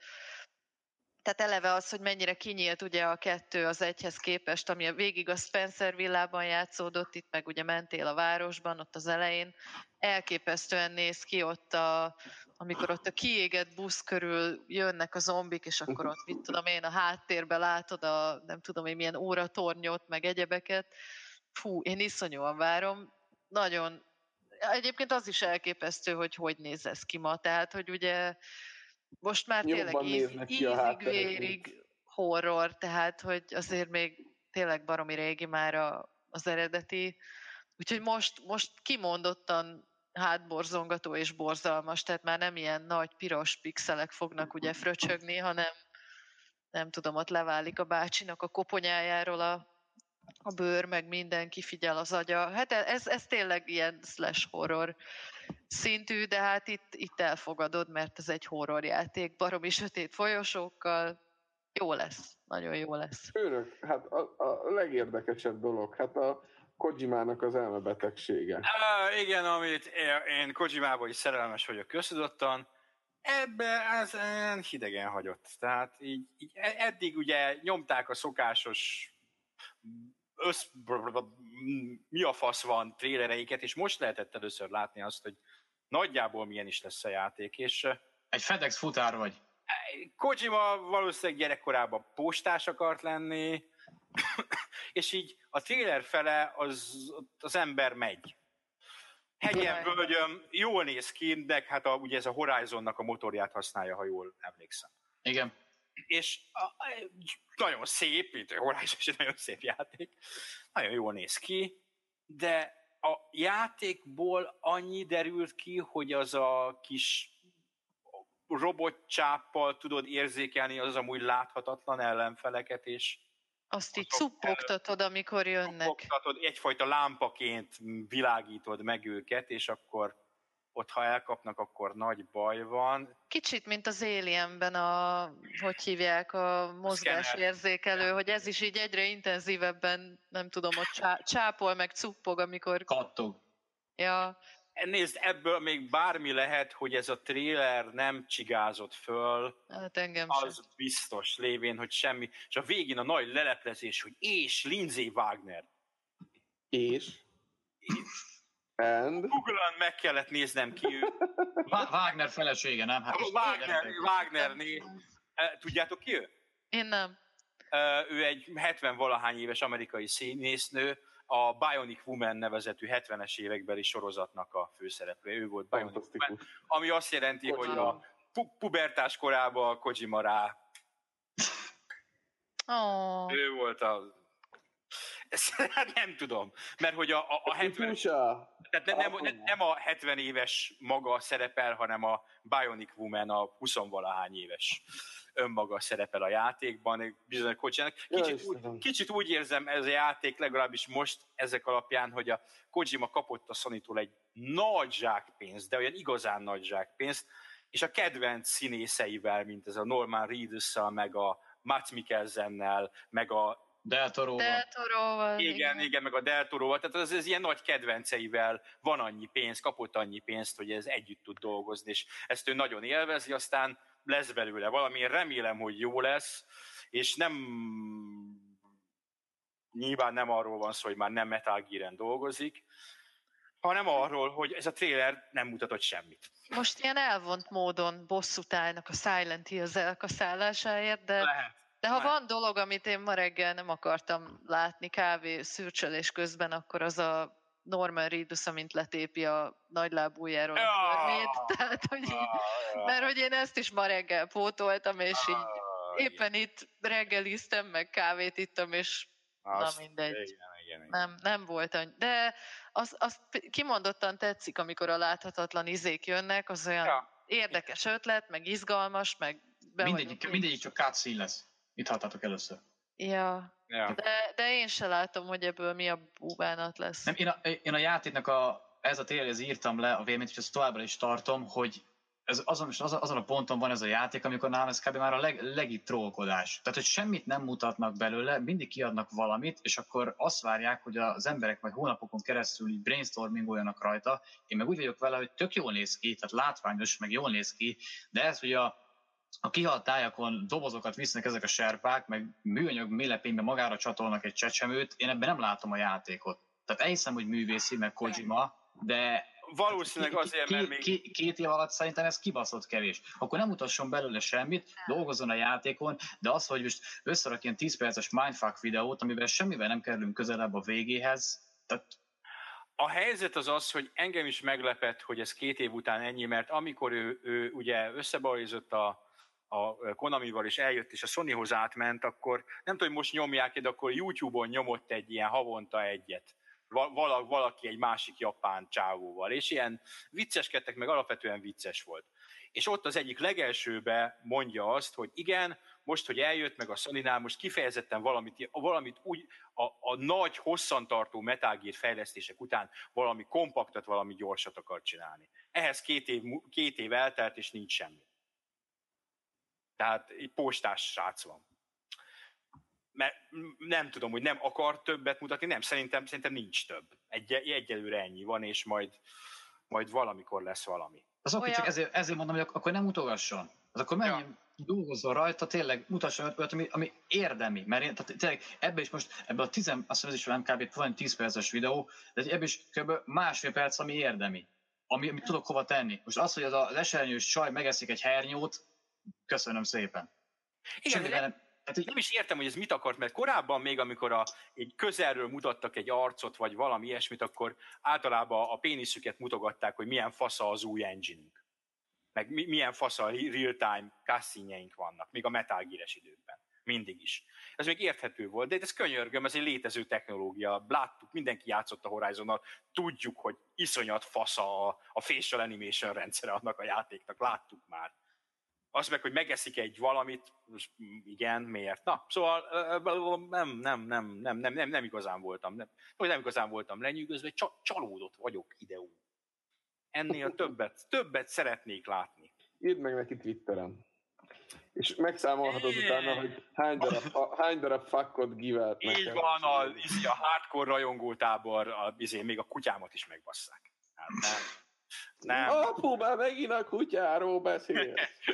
Tehát eleve az, hogy mennyire kinyílt ugye a kettő az egyhez képest, ami végig a Spencer villában játszódott, itt meg ugye mentél a városban, ott az elején. Elképesztően néz ki ott, a, amikor ott a kiégett busz körül jönnek a zombik, és akkor ott, mit tudom én, a háttérben látod a, nem tudom én, milyen óratornyot, meg egyebeket. Fú, én iszonyúan várom. Nagyon. Egyébként az is elképesztő, hogy hogy néz ez ki ma. Tehát, hogy ugye most már tényleg ízig, vérig horror, tehát, hogy azért még tényleg baromi régi már a, az eredeti. Úgyhogy most, most kimondottan hátborzongató és borzalmas, tehát már nem ilyen nagy piros pixelek fognak ugye fröcsögni, hanem nem tudom, ott leválik a bácsinak a koponyájáról a, a bőr, meg minden kifigyel az agya. Hát ez, ez tényleg ilyen slash horror szintű, de hát itt, itt elfogadod, mert ez egy horrorjáték, baromi sötét folyosókkal. Jó lesz, nagyon jó lesz. Főnök, hát a, a legérdekesebb dolog, hát a Kojimának az elmebetegsége. Uh, igen, amit én Kojimában is szerelmes vagyok köztudottan, ebbe ez hidegen hagyott. Tehát így, így eddig ugye nyomták a szokásos össz, mi a fasz van trélereiket, és most lehetett először látni azt, hogy nagyjából milyen is lesz a játék. És egy FedEx futár vagy. Kojima valószínűleg gyerekkorában postás akart lenni, és így a trailer fele az, az ember megy. Hegyen, völgyön, jól néz ki, de hát a, ugye ez a Horizonnak a motorját használja, ha jól emlékszem. Igen. És a, a, nagyon szép, itt a Horizon is egy nagyon szép játék, nagyon jól néz ki, de a játékból annyi derült ki, hogy az a kis robotcsáppal tudod érzékelni az amúgy láthatatlan ellenfeleket, és azt így cuppogtatod, amikor jönnek. Cuppogtatod, egyfajta lámpaként világítod meg őket, és akkor ott, ha elkapnak, akkor nagy baj van. Kicsit, mint az Alienben a, hogy hívják, a mozgásérzékelő, hogy ez is így egyre intenzívebben, nem tudom, ott csá, csápol, meg cuppog, amikor... Kattog. Ja. Nézd, ebből még bármi lehet, hogy ez a trailer nem csigázott föl. Hát engem az sem. biztos, lévén, hogy semmi. És a végén a nagy leleplezés, hogy és Lindsay Wagner. És? And? Google-on meg kellett néznem ki ő. Wagner felesége, nem? Hát Wagner, Wagnerné. Tudjátok ki ő? Én nem. Ő egy hetven-valahány éves amerikai színésznő, a Bionic Woman nevezetű hetvenes évekbeli sorozatnak a főszereplője. Ő volt Bionic Woman, ami azt jelenti, Kojima. Hogy a pu- pubertás korában Kojima rá. Oh. Ő volt a... Ezt nem tudom, mert hogy a, a, a hetven... Tehát nem, nem, nem a hetven éves maga szerepel, hanem a Bionic Woman a húsz-valahány éves önmaga szerepel a játékban. Bizony Kojimának. Kicsit, úgy, kicsit úgy érzem ez a játék, legalábbis most ezek alapján, hogy a Kojima kapott a Sony-tól egy nagy zsákpénzt, de olyan igazán nagy zsákpénzt, és a kedvenc színészeivel, mint ez a Norman Reedus-szal, meg a Mads Mikkelsennel, meg a Del Toroval. Del Toroval. Igen, igen, igen, meg a Del Toroval. Tehát az, az ilyen nagy kedvenceivel van annyi pénz, kapott annyi pénzt, hogy ez együtt tud dolgozni, és ezt ő nagyon élvezi, aztán lesz belőle valami. Én remélem, hogy jó lesz, és nem... Nyilván nem arról van szó, hogy már nem Metal Gear-en dolgozik, hanem arról, hogy ez a trailer nem mutatott semmit. Most ilyen elvont módon bosszút állnak a Silent Hills elkaszállásáért, de... Lehet. De ha van dolog, amit én ma reggel nem akartam látni kávé szürcsölés közben, akkor az a Norman Reedus, amint letépi a nagylábújáról a körmét. Tehát, hogy így, mert hogy én ezt is ma reggel pótoltam, és így éppen itt reggeliztem, meg kávét ittam, és Na mindegy. Igen, igen, igen. Nem, nem volt annyi. De az, az kimondottan tetszik, amikor a láthatatlan izék jönnek, az olyan Ja. érdekes ötlet, meg izgalmas, meg be Mindegyik, vagyok mindegyik csak cutscene lesz. Itt halltátok először. Ja, Ja. de, de én se látom, hogy ebből mi a búbánat lesz. Nem, én, a, én a játéknak a, ez a tényleg írtam le a véleményt, és ezt továbbra is tartom, hogy ez azon, azon, azon a ponton van ez a játék, amikor nálam ez kb. Már a leg, legit trollkodás. Tehát, hogy semmit nem mutatnak belőle, mindig kiadnak valamit, és akkor azt várják, hogy az emberek majd hónapokon keresztül így brainstormingoljanak rajta. Én meg úgy vagyok vele, hogy tök jól néz ki, tehát látványos, meg jól néz ki, de ez, hogy a a kihalt tájakon dobozokat visznek ezek a serpák, meg műanyag mélepénybe magára csatolnak egy csecsemőt, én ebben nem látom a játékot. Tehát elhiszem, hogy művészi, meg Kojima, de Valószínűleg azért, mert még... Két, két év alatt szerintem ez kibaszott kevés. Akkor nem mutasson belőle semmit, dolgozzon a játékon, de az, hogy most összerak ilyen tíz perces mindfuck videót, amiben semmivel nem kerülünk közelebb a végéhez, tehát... A helyzet az az, hogy engem is meglepett, hogy ez két év után ennyi, mert amikor ő, ő ugye összebajlított a a Konamival is eljött, és a Sonyhoz átment, akkor nem tudom, hogy most nyomják, de akkor YouTube-on nyomott egy ilyen havonta egyet. Val- valaki egy másik japán csávóval, és ilyen vicceskedtek, meg alapvetően vicces volt. És ott az egyik legelsőbe mondja azt, hogy igen, most, hogy eljött meg a Sonynál, most kifejezetten valamit, valamit úgy a, a nagy, hosszantartó Metal Gear fejlesztések után valami kompaktat, valami gyorsat akar csinálni. Ehhez két év, két év eltelt, és nincs semmi. Tehát egy postás srác van. Mert nem tudom, hogy nem akar többet mutatni, nem, szerintem, szerintem nincs több. Egy, egyelőre ennyi van, és majd, majd valamikor lesz valami. Az oké, csak ezért, ezért mondom, hogy akkor nem mutogasson. Az akkor menjen, ja. Dolgozzon rajta, tényleg mutasson olyat, ami, ami érdemi. Mert én, tehát tényleg ebbe is most, ebbe a tíz, azt hiszem ez is van kb. Van tíz perces videó, de ebbe is kb. Másfél perc, ami érdemi. Ami, amit tudok hova tenni. Most az, hogy az az esernyős csaj megeszik egy hernyót, köszönöm szépen. Igen, nem, nem, nem is értem, hogy ez mit akart, mert korábban még, amikor a, egy közelről mutattak egy arcot, vagy valami ilyesmit, akkor általában a péniszüket mutogatták, hogy milyen fasza az új engine-ünk. Meg mi, milyen fasza real-time cutscene-jeink vannak, még a Metal Gear-es időkben. Mindig is. Ez még érthető volt, de ez könyörgöm, ez egy létező technológia. Láttuk, mindenki játszott a Horizonnal, tudjuk, hogy iszonyat fasza a, a facial animation rendszere annak a játéknak, láttuk már. Az meg, hogy megeszik egy valamit, igen, miért? Na, szóval nem, nem, nem, nem, nem, nem, nem igazán voltam, nem, nem igazán voltam lenyűgözve, csalódott vagyok ideó. Ennél többet, többet szeretnék látni. Írd meg neki Twitteren. És megszámolhatod utána, hogy hány darab, hány darab fuckot givelt nekem. Így van, a, a hardcore rajongótábor, a, izé, még a kutyámat is megbasszák. Hát nem. Nem. Apu, már megint a kutyáról beszél.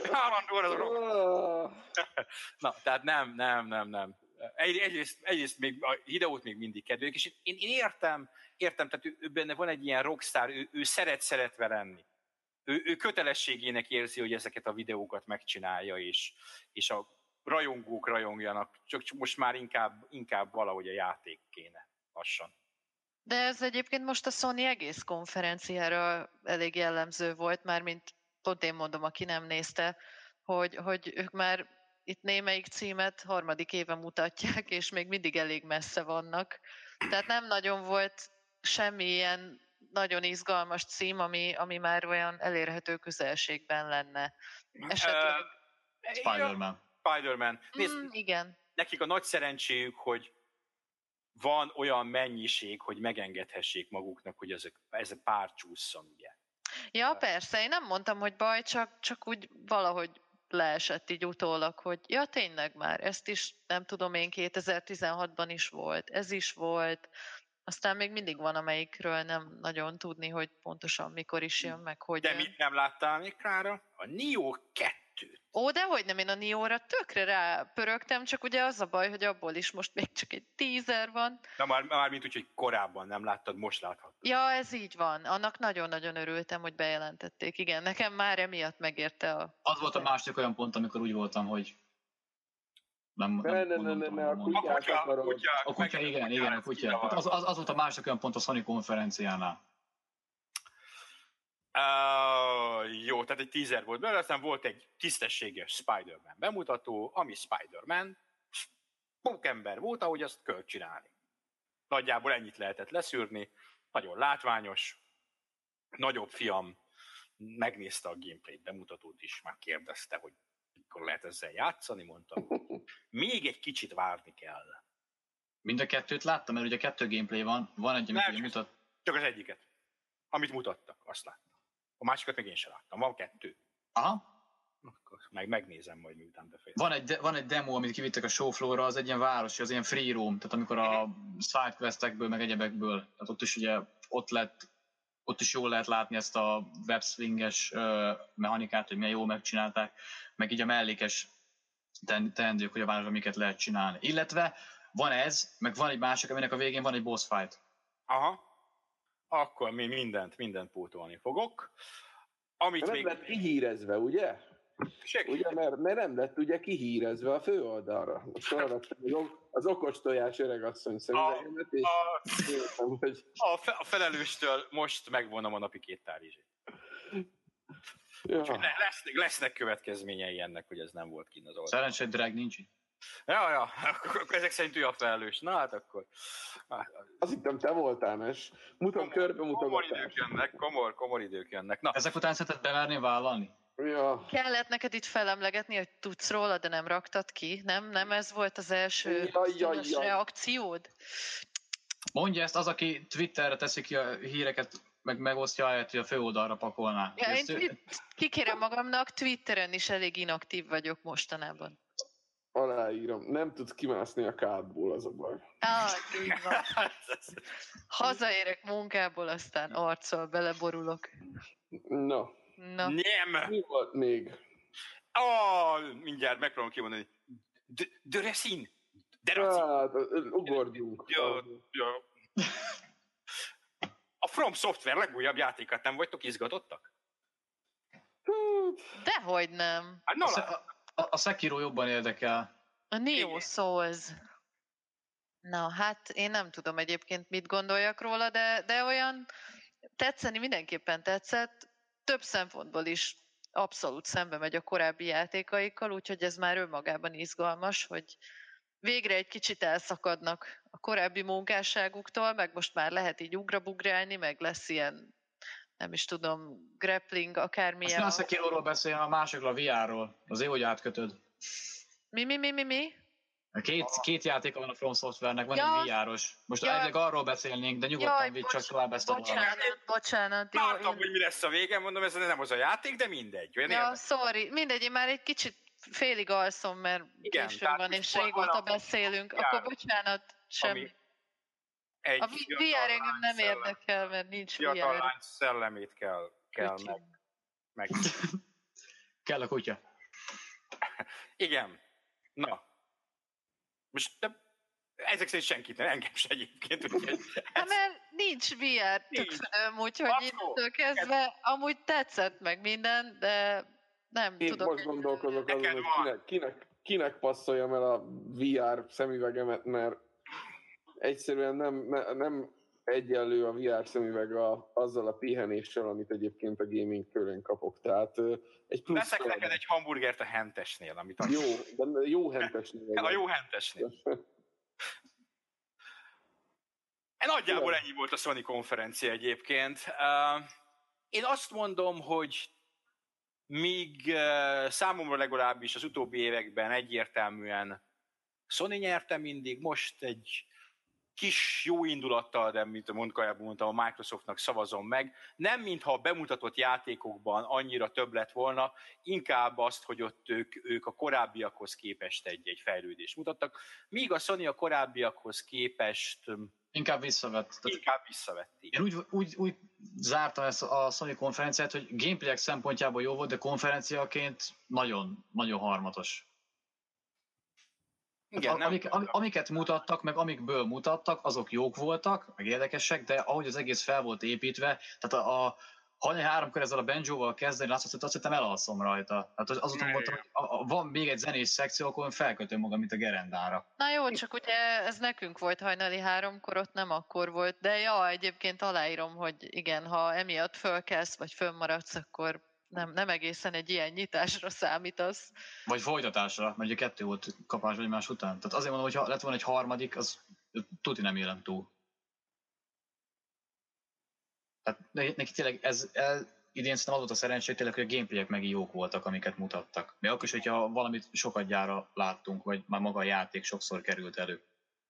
Na, tehát nem, nem, nem, nem. Egy, egyrészt, egyrészt még a Hideót még mindig kedveljük, és én, én értem, értem, tehát ő, ő benne van egy ilyen rockstar, ő, ő szeret szeretve lenni. Ő, ő kötelességének érzi, hogy ezeket a videókat megcsinálja, és, és a rajongók rajongjanak, csak most már inkább, inkább valahogy a játék kéne lassan. De ez egyébként most a Sony egész konferenciára elég jellemző volt, már mint pont én mondom, aki nem nézte, hogy, hogy ők már itt némelyik címet harmadik éve mutatják, és még mindig elég messze vannak. Tehát nem nagyon volt semmi ilyen nagyon izgalmas cím, ami, ami már olyan elérhető közelségben lenne. Esetleg... Uh, Spider-Man. Spider-Man. Nézd, mm, igen. Nekik a nagy szerencséjük, hogy van olyan mennyiség, hogy megengedhessék maguknak, hogy ezek, ez a pár csúszson, ugye. Ja, persze, én nem mondtam, hogy baj, csak, csak úgy valahogy leesett így utólag, hogy ja, tényleg már, ezt is nem tudom én, kétezer-tizenhatban is volt, ez is volt, aztán még mindig van, amelyikről nem nagyon tudni, hogy pontosan mikor is jön, meg hogy De jön. mit nem láttál még, Klára? A Nioh kettőt. Ó, dehogy nem, én a Niohra tökre rápörögtem, csak ugye az a baj, hogy abból is most még csak egy teaser van. Na már, már mint úgy, hogy korábban nem láttad, most láthatod. Ja, ez így van. Annak nagyon-nagyon örültem, hogy bejelentették. Igen, nekem már emiatt megérte a... Az volt a másik olyan pont, amikor úgy voltam, hogy nem, nem, ne, ne, ne, ne, a kutyát a kutya, akarod. A kutya, a kutya igen, igen, a kutya. Hát az, az, az volt a másik olyan pont a Sony konferenciánál. Uh, jó, tehát egy teaser volt belőle, aztán volt egy tisztességes Spider-Man bemutató, ami Spider-Man, pókember volt, ahogy azt kell csinálni. Nagyjából ennyit lehetett leszűrni, nagyon látványos, nagyobb fiam megnézte a gameplay bemutatót is, már kérdezte, hogy mikor lehet ezzel játszani, mondtam, még egy kicsit várni kell. Mind a kettőt láttam, mert ugye kettő gameplay van, van egy, amit mutat... Csak az egyiket. Amit mutattak, azt láttam. A másikat még én sem láttam, van kettő. Aha. Akkor meg megnézem majd, miután befejezem. Van egy, de, van egy demo, amit kivittek a showfloorra, az egy ilyen város, az ilyen free roam, tehát amikor a sidequestekből, meg egyebekből, tehát ott is ugye ott lett, ott is jól lehet látni ezt a webswinges uh, mechanikát, hogy milyen jól megcsinálták, meg így a mellékes teendők, hogy a városban miket lehet csinálni. Illetve van ez, meg van egy másik, aminek a végén van egy boss fight. Aha. Akkor mi mindent, mindent pótolni fogok. Amit nem még... lett kihírezve, ugye? Ugye, mert, mert nem lett ugye kihírezve a főoldalra. Most arra az okos tojás öregasszony szemüvegemet, és a, értem, hogy... a, fe, a felelőstől most megvonom a napi két tárgyizsét. Ja. Le, lesznek, lesznek következményei ennek, hogy ez nem volt kint az oldalon. Szerencsét drag nincs itt. Ja, ja, akkor ezek szerint ő a felelős. Na hát akkor... Azt hittem, te voltál, Nes. Mutam, körbe mutogatás. Komor idők jönnek, komor, komor idők jönnek. Na. Ezek után szerinted bemerni vállalni? Ja. Kellett neked itt felemlegetni, hogy tudsz róla, de nem raktad ki? Nem, nem ez volt az első Jaj, jaj, jaj. reakciód? Mondja ezt az, aki Twitterre teszi ki a híreket, meg megosztja ahelyett, hogy a főoldalra pakolná. Ja, én Ezt, twi- kikérem magamnak, Twitteren is elég inaktív vagyok mostanában. Aláírom. Nem tudsz kimászni a kádból, az a baj. Ah, így van. Hazaérek munkából, aztán arccal beleborulok. Na. Na. Nem! Mi volt még? Oh, mindjárt megpróbálom kimondani. De, de Resin! De Resin! Hát, ugorjunk. Ja, ja. A From Software legújabb játékát nem vagytok izgatottak? Dehogy nem. Hát, na, a, a, a Sekiro jobban érdekel. A Neo Souls. Na, hát én nem tudom egyébként mit gondoljak róla, de, de olyan tetszeni mindenképpen tetszett. Több szempontból is abszolút szembe megy a korábbi játékaikkal, úgyhogy ez már önmagában izgalmas, hogy végre egy kicsit elszakadnak a korábbi munkásságuktól, meg most már lehet így ugrabugrálni, meg lesz ilyen, nem is tudom, grappling, akármilyen. Azt nem a Sekiróról beszél, a másikról, a vé er-ról. Azért, hogy átkötöd. Mi, mi, mi, mi, mi? Két, két játéka van a From Software-nek, van ja. egy vé er-os. Most Ja. elvileg arról beszélnénk, de nyugodtan vidd csak tovább ezt a bocsánat, bocsánat. Jó, Láttam, én... hogy mi lesz a vége, mondom, ez nem az a játék, de mindegy. Olyan Ja, érdekes. sorry, mindegy, én már egy kicsit félig alszom, mert Igen, késő tehát van, most és van régóta a- beszélünk. jár, Akkor bocsánat, semmi. ami Egy A vé er engem nem szellem- érdekel, mert nincs vé Fiatal er. lány szellemét kell, kell meg, meg. Kell a kutya. Igen. Na. Most de ezek szerint senkit nem, engem se egyébként. Úgyhogy Hát mert nincs vé er Nincs. tüköröm, úgyhogy Akkor, innentől kezdve amúgy tetszett meg minden, de nem Én tudok. most gondolkozok azon, Neked hogy van. kinek, kinek, kinek passzoljam el a vé er szemüvegemet, mert egyszerűen nem, ne, nem egyenlő a vé er szemüveg a, azzal a pihenéssel, amit egyébként a gaming tőlén kapok. Tehát ö, egy plusz... veszek feladat. neked egy hamburgert a Hentesnél, amit a, Jó, de jó hentesnél. a jó Hentesnél. Nagyjából ennyi volt a Sony konferencia egyébként. Uh, én azt mondom, hogy míg uh, számomra legalábbis az utóbbi években egyértelműen Sony nyerte mindig, most egy kis jó indulattal, de mint a munkájában mondtam, a Microsoftnak szavazom meg. Nem mintha a bemutatott játékokban annyira több lett volna, inkább azt, hogy ott ők, ők a korábbiakhoz képest egy-egy fejlődést mutattak, míg a Sony a korábbiakhoz képest Inkább visszavett. Tehát inkább visszavették. én úgy, úgy, úgy zártam ezt a Sony konferenciát, hogy gameplayek szempontjából jó volt, de konferenciaként nagyon, nagyon harmatos. Igen, A, nem amik, am, amiket mutattak, meg amikből mutattak, azok jók voltak, meg érdekesek, de ahogy az egész fel volt építve, tehát a, a hajnali háromkor ezzel a banjóval kezdeni, azt hiszem, azt hittem elalszom rajta. Tehát azután mondtam, hogy a, a, van még egy zenés szekció, akkor én felkötöm magam, mint a gerendára. Na jó, csak ugye ez nekünk volt hajnali háromkor, ott nem akkor volt, de ja, egyébként aláírom, hogy igen, ha emiatt fölkelsz, vagy fönnmaradsz, akkor nem, nem egészen egy ilyen nyitásra számítasz. Vagy folytatásra, mert ugye kettő volt kapás egymás után. Tehát azért mondom, hogy ha lett volna egy harmadik, az tuti nem élem túl. Tehát neki tényleg ez el, idén szerintem az volt a szerencsé, tényleg, hogy a gameplayek meg jók voltak, amiket mutattak. Még akkor is, hogyha valamit sokat gyára láttunk, vagy már maga a játék sokszor került elő.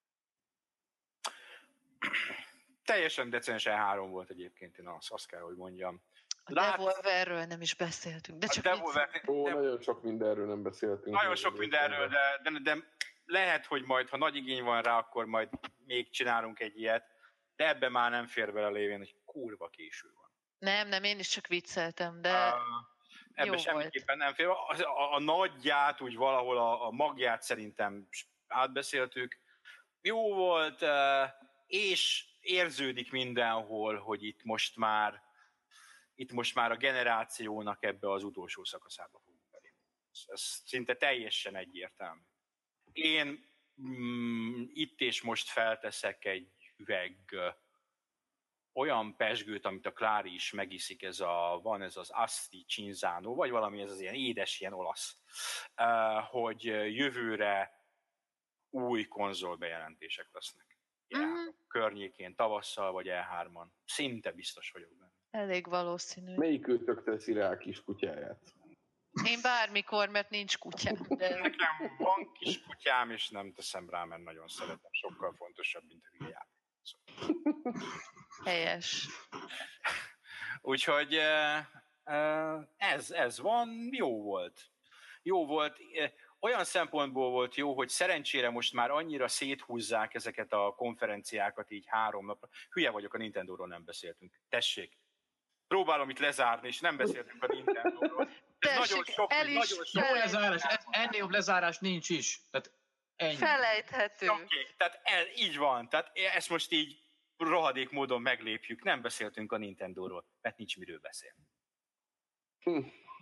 Teljesen decens E három volt egyébként, én azt, azt kell, hogy mondjam. A Lát... Devolverről nem is beszéltünk, de csak Devolver... Ó, de... nagyon sok mindenről nem beszéltünk. Nagyon sok mindenről, de, de, de lehet, hogy majd, ha nagy igény van rá, akkor majd még csinálunk egy ilyet, de ebben már nem fér bele lévén, hogy kurva késő van. Nem, nem, én is csak vicceltem, de uh, ebben semmiképpen nem fér. A, a, a nagyját, úgy valahol a, a magját szerintem átbeszéltük. Jó volt, és érződik mindenhol, hogy itt most már itt most már a generációnak ebbe az utolsó szakaszába fogunk belépni. Ez, ez szinte teljesen egyértelmű. Én mm, itt és most felteszek egy üveg olyan pesgőt, amit a Klári is megiszik, ez a, van ez az Asti Cinzano, vagy valami, ez az ilyen édes, ilyen olasz, hogy jövőre új konzolbejelentések lesznek. Mm-hmm. Környékén, tavasszal, vagy E hárman. Szinte biztos vagyok benne. Elég valószínű. Melyik őtök teszi rá a kis kutyáját? Én bármikor, mert nincs kutyám. De... Nekem van kis kutyám, és nem teszem rá, mert nagyon szeretem. Sokkal fontosabb, mint a hülye játék. Szóval. Helyes. Úgyhogy ez, ez van, jó volt. Jó volt. Olyan szempontból volt jó, hogy szerencsére most már annyira széthúzzák ezeket a konferenciákat így három napra. Hülye vagyok, a Nintendóról nem beszéltünk. Tessék. Próbálom itt lezárni, és nem beszéltünk a Nintendóról. Ez nagyon sok, nagyon sok. Jó lezárás, ennél jobb lezárás nincs is. Tehát ennyi. Felejthető. Oké, okay, tehát el, így van. Tehát ezt most így rohadék módon meglépjük. Nem beszéltünk a Nintendóról, mert nincs miről beszélni. Hm.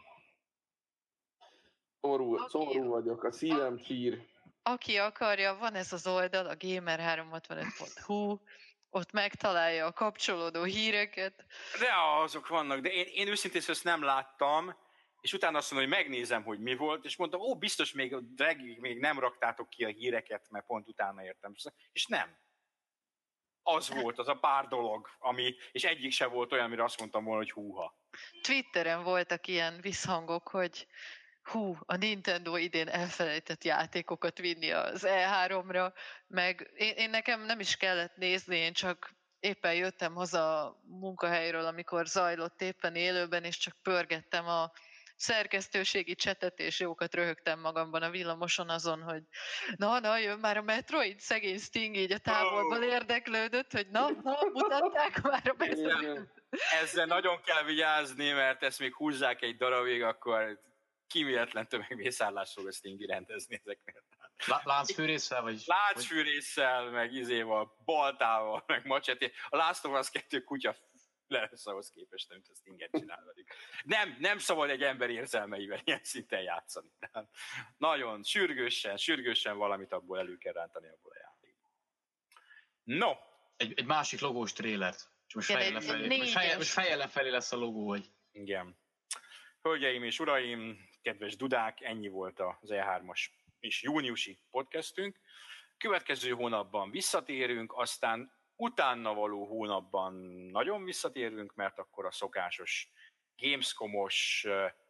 Szomorú, szomorú vagyok, a szívem sír. Aki akarja, van ez az oldal, a gamer háromszázhatvanöt pont hu, ott megtalálja a kapcsolódó híreket. De azok vannak, de én, én őszintén ezt nem láttam, és utána azt mondom, hogy megnézem, hogy mi volt, és mondtam, ó, biztos még reggig még nem raktátok ki a híreket, mert pont utána értem. És nem. Az volt, az a pár dolog, ami, és egyik se volt olyan, amire azt mondtam volna, hogy húha. Twitteren voltak ilyen visszhangok, hogy hú, a Nintendo idén elfelejtett játékokat vinni az E háromra, meg én, én nekem nem is kellett nézni, én csak éppen jöttem haza a munkahelyről, amikor zajlott éppen élőben, és csak pörgettem a szerkesztőségi csetet, és jókat röhögtem magamban a villamoson azon, hogy na, na, jön már a Metroid, szegény Sting így a távolból érdeklődött, hogy na, na, mutatták már a Metroid. Ezzel nagyon kell vigyázni, mert ezt még húzzák egy darabig, akkor kíméletlen tömegmészárlás fog a Stingy rendezni ezeknél. Láncfűrésszel? Vagy... Láncfűrésszel, meg izéval, baltával, meg macseté. A Last of Us kettő kutya lesz ahhoz képest, amit a Stinget csinál velük. Nem, nem szabad egy ember érzelmeivel ilyen szinten játszani. Tehát nagyon sürgősen, sürgősen valamit abból elő kell rántani abból a játékból. No! Egy, egy másik logós trélert. Most fejjel lefelé, most fejjel, most fejjel lefelé lesz a logó, hogy... Igen. Hölgyeim és uraim, kedves dudák, ennyi volt az E hármas és júniusi podcastünk. Következő hónapban visszatérünk, aztán utána való hónapban nagyon visszatérünk, mert akkor a szokásos Gamescom-os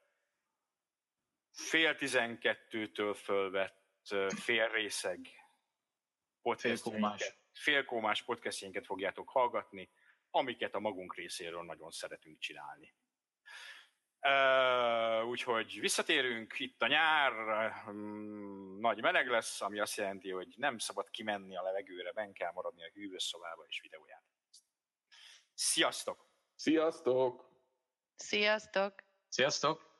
fél tizenkettőtől fölvett félrészeg podcastjeinket, félkómás podcastjeinket fogjátok hallgatni, amiket a magunk részéről nagyon szeretünk csinálni. Uh, úgyhogy visszatérünk, itt a nyár, um, nagy meleg lesz, ami azt jelenti, hogy nem szabad kimenni a levegőre, benn kell maradni a hűvös szobába és videóját. Sziasztok! Sziasztok! Sziasztok! Sziasztok!